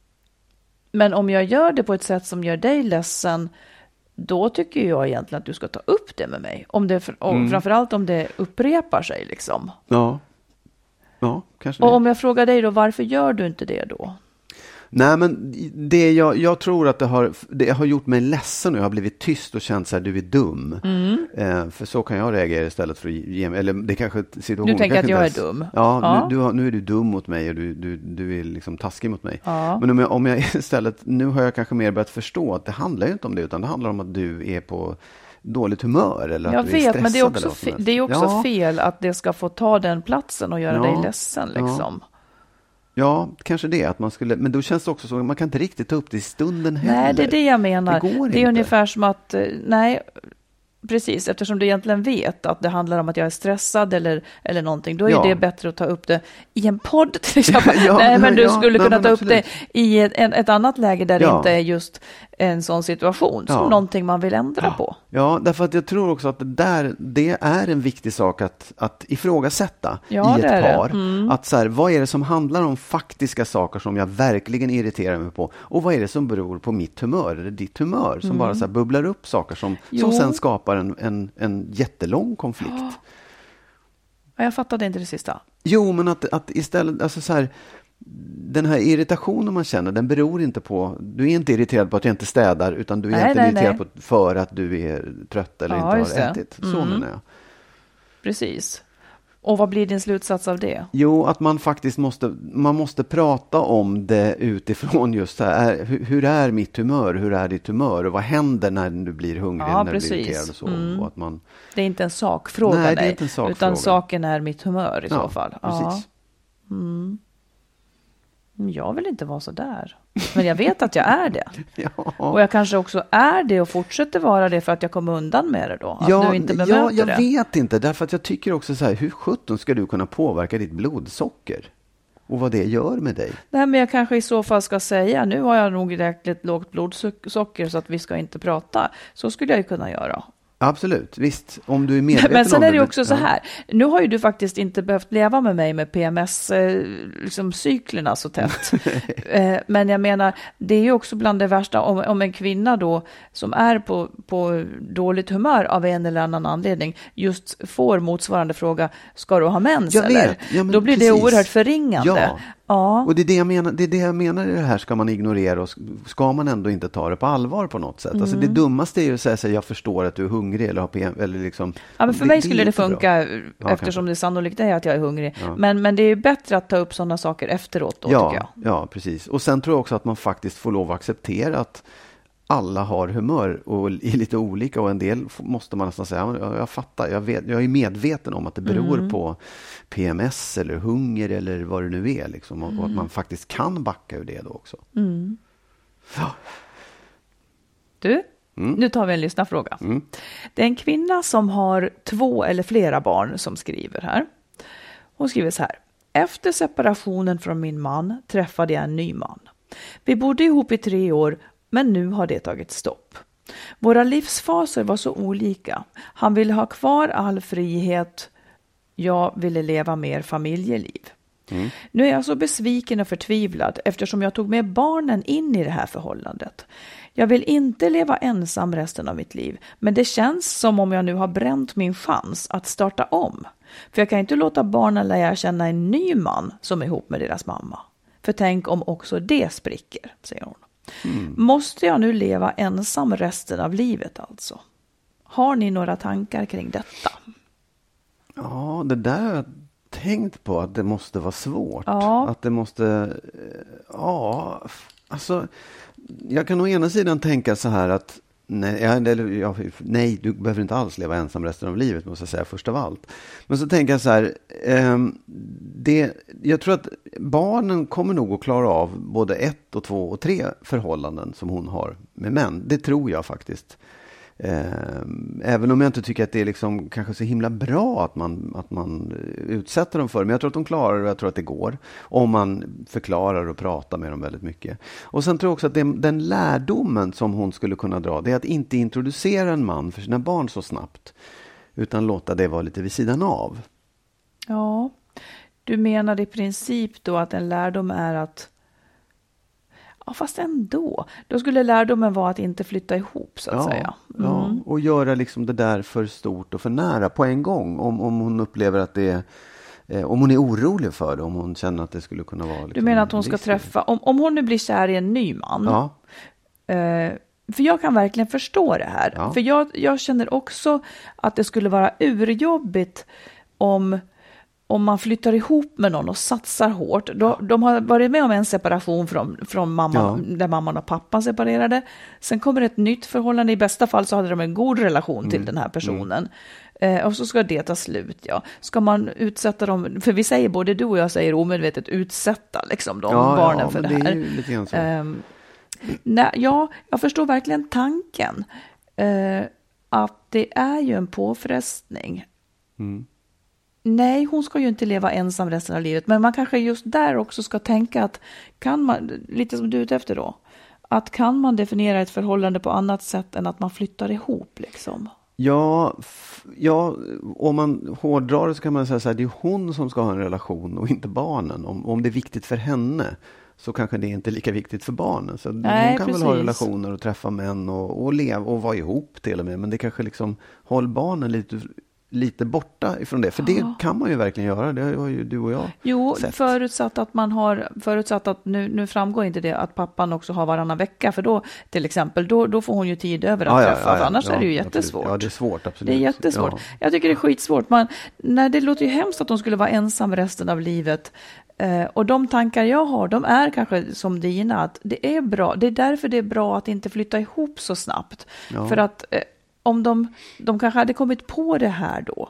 men om jag gör det på ett sätt som gör dig ledsen, då tycker jag egentligen att du ska ta upp det med mig. Om det, och mm. framförallt om det upprepar sig. Liksom. Ja, ja kanske och det. om jag frågar dig då, varför gör du inte det då? Nej, men det jag, jag tror att det har, det har gjort mig ledsen och jag har blivit tyst och känt så här, du är dum. Mm. Eh, för så kan jag reagera istället för att ge mig, eller det kanske situationen. Du tänker kanske att jag inte är ens, dum? Ja, ja. Nu, du har, nu är du dum mot mig och du, du, du är liksom taskig mot mig. Ja. Men om jag, om jag istället, nu har jag kanske mer börjat förstå att det handlar ju inte om det, utan det handlar om att du är på dåligt humör eller jag att du är vet, stressad. Men det är också, fe- det är också ja. fel att det ska få ta den platsen och göra ja. dig ledsen liksom. Ja. Ja, kanske det. Att man skulle, men då känns det också så att man kan inte riktigt ta upp det i stunden heller. Nej, det är det jag menar. Det, går det är inte. ungefär som att, nej, precis, eftersom du egentligen vet att det handlar om att jag är stressad eller, eller någonting, då är ja. det bättre att ta upp det i en podd till exempel. ja, nej, men du ja, skulle nej, kunna men ta absolut. upp det i ett, en, ett annat läge där ja. det inte är just en sån situation, som ja. någonting man vill ändra ja. på. Ja, därför att jag tror också att det där, det är en viktig sak att, att ifrågasätta ja, i ett par. Mm. Att så här, vad är det som handlar om faktiska saker som jag verkligen irriterar mig på? Och vad är det som beror på mitt humör eller ditt humör? Som mm. bara så här bubblar upp saker som, som sen skapar en, en, en jättelång konflikt. Ja, jag fattade inte det sista. Jo, men att, att istället, alltså så här, den här irritationen man känner, den beror inte på, du är inte irriterad på att jag inte städar, utan du är nej, egentligen nej, irriterad nej. på, för att du är trött eller ja, inte har ätit. Så mm. menar jag. Precis. Och vad blir din slutsats av det? Jo, att man faktiskt måste, man måste prata om det utifrån just så här, hur, hur är mitt humör, hur är ditt humör och vad händer när du blir hungrig, ja, när precis. du blir irriterad och så. Mm. Och att man... Det är inte en sakfråga, nej, nej, det är inte en sakfråga. utan saken är mitt humör i ja, så fall. Precis. Ja. Mm. Jag vill inte vara så där. Men jag vet att jag är det. Ja. Och jag kanske också är det och fortsätter vara det för att jag kommer undan med det då. Att ja, du inte bemöter ja, jag det. vet inte. Därför att jag tycker också så här, hur sjutton ska du kunna påverka ditt blodsocker? Och vad det gör med dig? Nej, men jag kanske i så fall ska säga, nu har jag nog räkligt lågt blodsocker så att vi ska inte prata. Så skulle jag ju kunna göra. Absolut, visst. Om du är medveten om Men sen det, är det också ja. så här. Nu har ju du faktiskt inte behövt leva med mig med P M S-cyklerna liksom, så tätt. eh, men jag menar, det är ju också bland det värsta om, om en kvinna då som är på, på dåligt humör av en eller annan anledning just får motsvarande fråga, ska du ha mens Jag eller? vet. Ja, men då blir precis. det oerhört förringande. Ja. Ja. Och det är det jag menar, det är det jag menar i det här, ska man ignorera och ska man ändå inte ta det på allvar på något sätt. Mm. Alltså det dummaste är ju att säga så här, jag förstår att du är hungrig eller har P M eller liksom. Ja, men för det, mig skulle det, det funka ja, eftersom kanske. det sannolikt är att jag är hungrig. Ja. Men, men det är bättre att ta upp sådana saker efteråt då, ja, tycker jag. Ja, precis. Och sen tror jag också att man faktiskt får lov att acceptera att alla har humör och är lite olika och en del måste man nästan säga, jag, jag fattar, jag, vet, jag är medveten om att det beror mm. på P M S eller hunger eller vad det nu är liksom, och, mm. och att man faktiskt kan backa ur det då också. Mm. Ja. Du, mm. nu tar vi en lyssnarfråga. Mm. Det är en kvinna som har två eller flera barn som skriver här. Hon skriver så här: efter separationen från min man träffade jag en ny man. Vi bodde ihop i tre år, men nu har det tagit stopp. Våra livsfaser var så olika. Han ville ha kvar all frihet. Jag ville leva mer familjeliv. Mm. Nu är jag så besviken och förtvivlad eftersom jag tog med barnen in i det här förhållandet. Jag vill inte leva ensam resten av mitt liv, men det känns som om jag nu har bränt min chans att starta om. För jag kan inte låta barnen lära känna en ny man som är ihop med deras mamma. För tänk om också det spricker, säger hon. Mm. Måste jag nu leva ensam resten av livet alltså? Har ni några tankar kring detta? Ja, det där har jag tänkt på, att det måste vara svårt. Ja. Att det måste, ja, alltså, jag kan å ena sidan tänka så här att nej, jag, eller, jag, nej, du behöver inte alls leva ensam resten av livet, måste jag säga först av allt. Men så tänker jag så här, eh, det, jag tror att barnen kommer nog att klara av både ett och två och tre förhållanden som hon har med män. Det tror jag faktiskt. Även om jag inte tycker att det är liksom kanske så himla bra att man, att man utsätter dem för det. Men jag tror att de klarar det och jag tror att det går. Om man förklarar och pratar med dem väldigt mycket. Och sen tror jag också att det, den lärdomen som hon skulle kunna dra, det är att inte introducera en man för sina barn så snabbt. Utan låta det vara lite vid sidan av. Ja, du menar i princip då att en lärdom är att ja, fast ändå. Då skulle lärdomen vara att inte flytta ihop, så att ja, säga. Mm. Ja, och göra liksom det där för stort och för nära på en gång. Om, om hon upplever att det är, eh, om hon är orolig för det, om hon känner att det skulle kunna vara. Liksom, du menar att hon ska träffa, om, om hon nu blir kär i en ny man. Ja. Eh, för jag kan verkligen förstå det här. Ja. För jag, jag känner också att det skulle vara urjobbigt om... Om man flyttar ihop med någon och satsar hårt. Då, de har varit med om en separation från, från mamman, ja. Där mamman och pappan separerade. Sen kommer ett nytt förhållande. I bästa fall så hade de en god relation mm. till den här personen. Mm. Eh, och så ska det ta slut. Ja. Ska man utsätta dem, för vi säger både du och jag säger omedvetet utsätta liksom, de ja, barnen ja, för det, det här. Är ju lite grann så. Eh, nej, ja, jag förstår verkligen tanken. Eh, att det är ju en påfrestning. Mm. Nej, hon ska ju inte leva ensam resten av livet. Men man kanske just där också ska tänka att kan man, lite som du är ute efter då, att kan man definiera ett förhållande på annat sätt än att man flyttar ihop liksom? Ja, f- ja, om man hårdrar det så kan man säga så här, det är hon som ska ha en relation och inte barnen. Om, om det är viktigt för henne så kanske det är inte lika viktigt för barnen. Så Nej, hon kan precis. väl ha relationer och träffa män och, och leva och vara ihop till och med. Men det kanske liksom håll barnen lite... lite borta ifrån det. För det ja. kan man ju verkligen göra. Det har ju du och jag Jo, sett. förutsatt att man har, förutsatt att nu, nu framgår inte det att pappan också har varannan vecka. För då, till exempel, då, då får hon ju tid över att ja, träffa. Ja, ja, annars ja, är det ju absolut. jättesvårt. Ja, det är svårt, absolut. Det är jättesvårt. Ja. Jag tycker det är skitsvårt. Man, nej, det låter ju hemskt att de skulle vara ensam resten av livet. Eh, och de tankar jag har, de är kanske som dina. Att det är bra. Det är därför det är bra att inte flytta ihop så snabbt. Ja. För att eh, om de, de kanske hade kommit på det här då.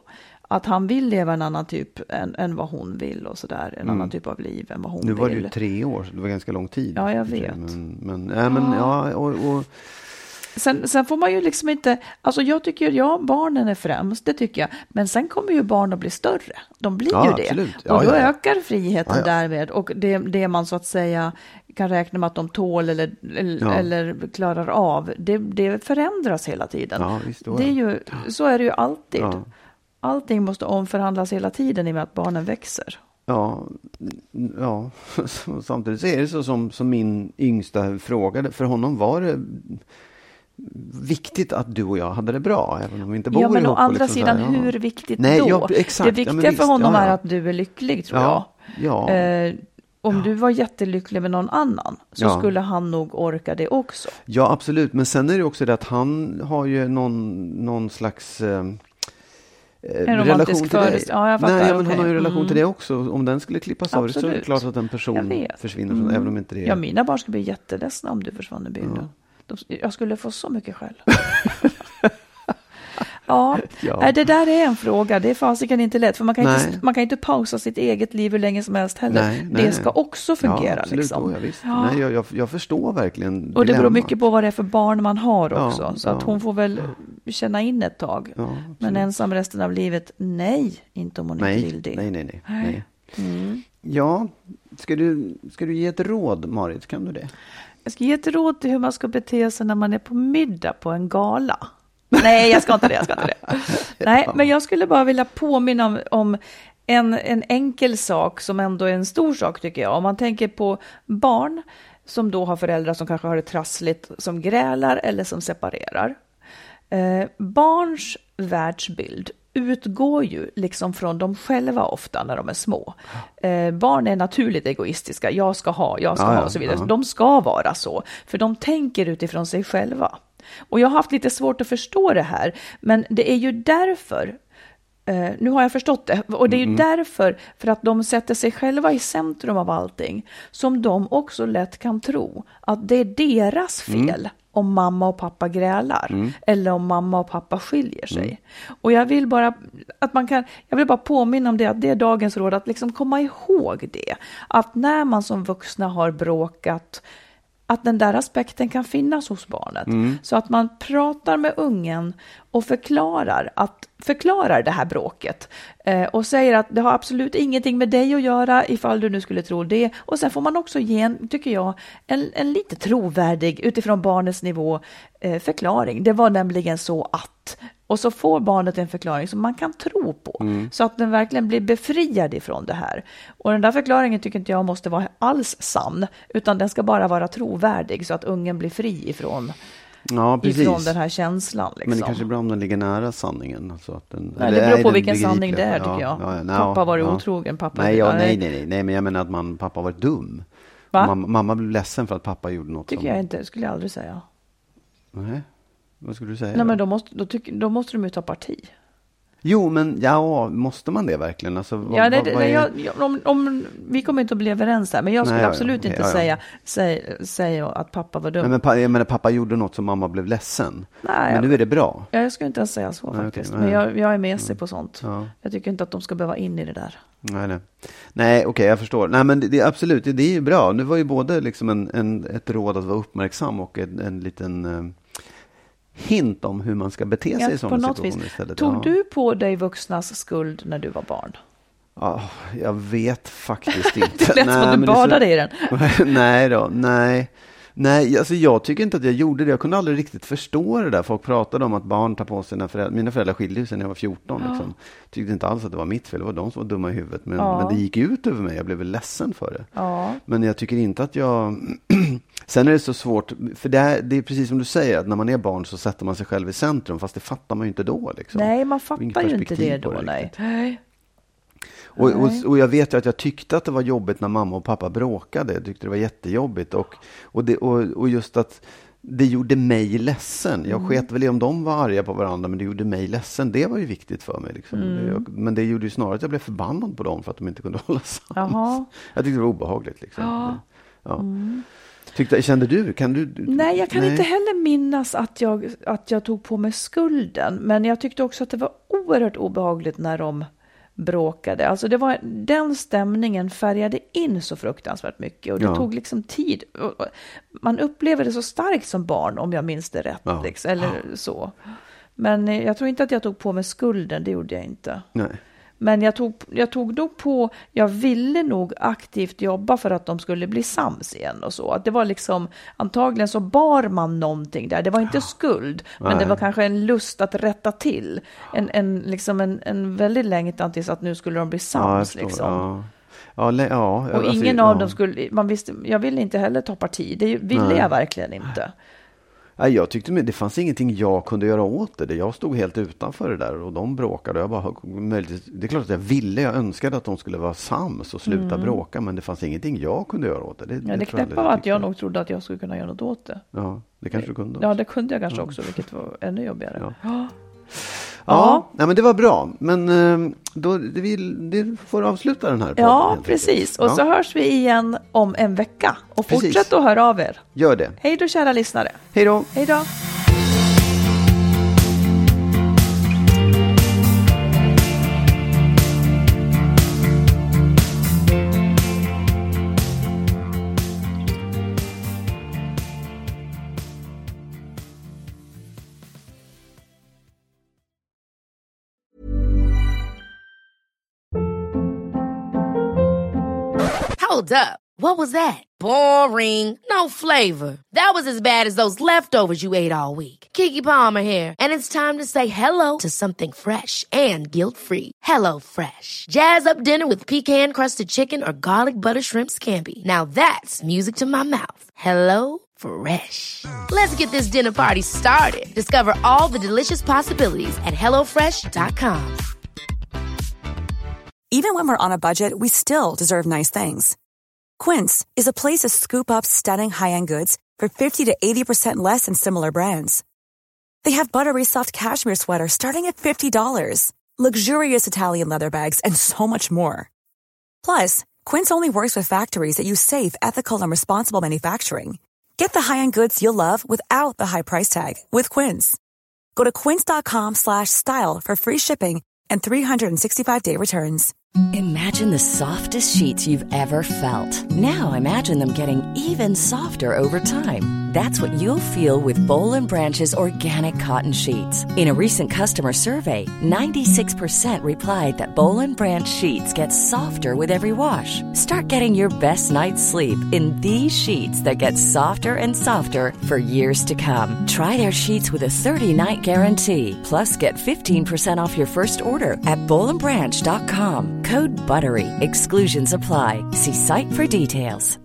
att han vill leva en annan typ än, än vad hon vill och sådär. En Mm. annan typ av liv än vad hon vill. Nu var det ju tre år, så det var ganska lång tid. Ja, jag vet. Men, men, äh, men Ja. ja, och, och Sen, sen får man ju liksom inte, alltså jag tycker, ja, barnen är främst, det tycker jag. Men sen kommer ju barn att bli större. De blir Ja, ju det. absolut. Ja, och då ja, ja. ökar friheten Ja, ja. därmed. Och det, det man så att säga kan räkna med att de tål eller, eller, Ja. eller klarar av, det, det förändras hela tiden. Ja, visst, då det är ju, så är det ju alltid. Ja. Allting måste omförhandlas hela tiden i och med att barnen växer. Ja, ja. Samtidigt så är det så som, som min yngsta frågade. För honom var det viktigt att du och jag hade det bra, även om vi inte bor Ja, men ihop. å andra liksom sidan, så här, ja. hur viktigt Nej, då? ja, exakt. Det viktiga Ja, men för visst, honom ja, är ja. att du är lycklig, tror Ja, jag. ja. Eh, om Ja. du var jättelycklig med någon annan så Ja. skulle han nog orka det också. Ja, absolut. Men sen är det också det att han har ju någon, någon slags eh, En relation romantisk till dig. föreställning. Ja, jag fattar. Nej, men okej. han har ju relation Mm. till det också. Om den skulle klippas av så är det Absolut. klart att en Jag person vet. försvinner från, Mm. även om inte det är... Ja, mina barn skulle bli jätteledsna om du försvann i bilden. De, jag skulle få så mycket skäll. Ja, Ja. Nej, det där är en fråga. Det är fasiken inte lätt. För man kan Nej. inte, man kan inte pausa sitt eget liv hur länge som helst heller. Nej, nej, det nej. ska också fungera. Ja, absolut. liksom. Oh, ja, visst. Ja. Nej, jag, jag, jag förstår verkligen Och det beror dilemmat. mycket på vad det är för barn man har Ja, också. Så att ja. hon får väl känna in ett tag. Ja, absolut. Men ensam resten av livet, nej, inte om hon nej, inte vill det. nej, nej, nej. nej. Mm. Ja, ska du, ska du ge ett råd, Marit? Kan du det? Jag ska ge ett råd till hur man ska bete sig när man är på middag på en gala. Nej, jag ska inte det. Jag ska inte det. Nej, men jag skulle bara vilja påminna om, om en, en enkel sak som ändå är en stor sak, tycker jag. Om man tänker på barn som då har föräldrar som kanske har det trassligt, som grälar eller som separerar. Eh, barns världsbild utgår ju liksom från dem själva ofta när de är små. Eh, barn är naturligt egoistiska. Jag ska ha, jag ska Ja, ha ja, och så vidare. ja. De ska vara så, för de tänker utifrån sig själva. Och jag har haft lite svårt att förstå det här, men det är ju därför, eh, nu har jag förstått det, och det är ju Mm. därför, för att de sätter sig själva i centrum av allting, som de också lätt kan tro att det är deras fel Mm. om mamma och pappa grälar, Mm. eller om mamma och pappa skiljer sig. Och jag vill bara att man kan, jag vill bara påminna om det, att det är dagens råd, att liksom komma ihåg det, att när man som vuxna har bråkat, att den där aspekten kan finnas hos barnet. Mm. Så att man pratar med ungen och förklarar, att, förklarar det här bråket. Eh, och säger att det har absolut ingenting med dig att göra, ifall du nu skulle tro det. Och sen får man också ge en, tycker jag, en, en lite trovärdig, utifrån barnets nivå, eh, förklaring. Det var nämligen så att... Och så får barnet en förklaring som man kan tro på. Mm. Så att den verkligen blir befriad ifrån det här. Och den där förklaringen tycker inte jag måste vara alls sann. Utan den ska bara vara trovärdig så att ungen blir fri ifrån, Ja, precis. ifrån den här känslan. Liksom. Men det kanske är bra om den ligger nära sanningen. Alltså att den, Nej, eller det beror är på den vilken begriplig? sanning det är, Ja, tycker jag. ja, ja, nej, Pappa var ja. otrogen. Pappa Nej, ja, ja, nej, nej, nej, nej, men jag menar att man, pappa var dum. Va? Mamma, mamma blev ledsen för att pappa gjorde något. Tycker som... jag inte, skulle jag aldrig säga. Nej, vad skulle du säga? Nej, men då måste, då, tyck, då måste de ju ta parti. Jo, men ja, måste man det verkligen? Alltså, vad, Ja, det, vad, det, vad är... jag, jag, om, om, vi kommer inte att bli överens här, men jag skulle Nej, ja, absolut okej, inte ja, ja. säga, säga, säga att pappa var dum. Nej, men, pa, jag menar, pappa gjorde något som mamma blev ledsen. Nej, men jag- nu är det bra. Ja, jag skulle inte ens säga så Nej, faktiskt. okej, men nej. jag, jag är med sig på sånt. Ja. Jag tycker inte att de ska behöva in i det där. Nej, nej. Nej, okej, jag förstår. Nej, men det, det, absolut, det, det är ju bra. Nu var ju både liksom en, en, ett råd att vara uppmärksam och en, en liten eh, hint om hur man ska bete sig Ja, i på sådana något situationer vis. istället. Tog Ja. du på dig vuxnas skuld när du var barn? Ja, jag vet faktiskt inte. Det lät som att men du det är så- badade i den. Nej då, nej. Nej, alltså jag tycker inte att jag gjorde det. Jag kunde aldrig riktigt förstå det där. Folk pratade om att barn tar på sig sina föräldrar. Mina föräldrar skilde sig när jag var fjorton. Ja. Liksom. Tyckte inte alls att det var mitt fel. Det var de som var dumma i huvudet. Men, Ja. men det gick ut över mig. Jag blev väl ledsen för det. Ja. Men jag tycker inte att jag... Sen är det så svårt. För det är, det är precis som du säger. Att när man är barn så sätter man sig själv i centrum. Fast det fattar man ju inte då. Liksom. Nej, man Inget fattar ju inte perspektiv det på då. det Nej. riktigt. Nej. Och, och, Nej. och jag vet ju att jag tyckte att det var jobbigt när mamma och pappa bråkade. Jag tyckte det var jättejobbigt. Och, och, det, och, och just att det gjorde mig ledsen. Jag Mm. sket väl i om de var arga på varandra, men det gjorde mig ledsen. Det var ju viktigt för mig. Liksom. Mm. Jag, men det gjorde ju snarare att jag blev förbannad på dem för att de inte kunde hålla sams. Jaha. Jag tyckte det var obehagligt. Liksom. Ja. Det, ja. Mm. Tyckte, kände du? Kan du? Nej, jag kan nej. inte heller minnas att jag, att jag tog på mig skulden. Men jag tyckte också att det var oerhört obehagligt när de bråkade. Alltså det var, den stämningen färgade in så fruktansvärt mycket. Och det ja. tog liksom tid. Man upplever det så starkt som barn, om jag minns det rätt. Ja. Liksom, eller ja. så. Men jag tror inte att jag tog på mig skulden, det gjorde jag inte. Nej. Men jag tog, jag tog då på, jag ville nog aktivt jobba för att de skulle bli sams igen och så. Att det var liksom, antagligen så bar man någonting där. Det var inte skuld, men Nej. det var kanske en lust att rätta till. En, en, liksom en, en väldigt längtan tills att nu skulle de bli sams. Ja, liksom. ja. Ja, le, ja, och alltså, ingen ja. av dem skulle, man visste, jag ville inte heller ta parti. Det ville Nej. jag verkligen inte. Nej, jag tyckte det fanns ingenting jag kunde göra åt det. Jag stod helt utanför det där och de bråkade. Jag bara, det är klart att jag ville, jag önskade att de skulle vara sams och sluta mm. bråka, men det fanns ingenting jag kunde göra åt det. Det, ja, det, det knäppa var att jag nog trodde att jag skulle kunna göra något åt det. Ja, det kanske du kunde också. Ja, det kunde jag kanske ja. också, vilket var ännu jobbigare. Ja. Ja. Ja, nej, men det var bra. Men då det vill, det får avsluta den här podden. Ja, precis. Och ja. så hörs vi igen om en vecka. Och precis. Fortsätt att höra av er. Gör det. Hej då, kära lyssnare. Hej då. Hej då. Hold up. What was that? Boring. No flavor. That was as bad as those leftovers you ate all week. Keke Palmer here, and it's time to say hello to something fresh and guilt-free. Hello Fresh. Jazz up dinner with pecan-crusted chicken or garlic butter shrimp scampi. Now that's music to my mouth. Hello Fresh. Let's get this dinner party started. Discover all the delicious possibilities at hello fresh dot com. Even when we're on a budget, we still deserve nice things. Quince is a place to scoop up stunning high-end goods for fifty to eighty percent less than similar brands. They have buttery soft cashmere sweaters starting at fifty dollars, luxurious Italian leather bags, and so much more. Plus, Quince only works with factories that use safe, ethical, and responsible manufacturing. Get the high-end goods you'll love without the high price tag with Quince. Go to quince dot com slash style for free shipping and three sixty-five day returns. Imagine the softest sheets you've ever felt. Now imagine them getting even softer over time. That's what you'll feel with Boll and Branch's organic cotton sheets. In a recent customer survey, ninety-six percent replied that Boll and Branch sheets get softer with every wash. Start getting your best night's sleep in these sheets that get softer and softer for years to come. Try their sheets with a thirty-night guarantee. Plus, get fifteen percent off your first order at boll and branch dot com. Code BUTTERY. Exclusions apply. See site for details.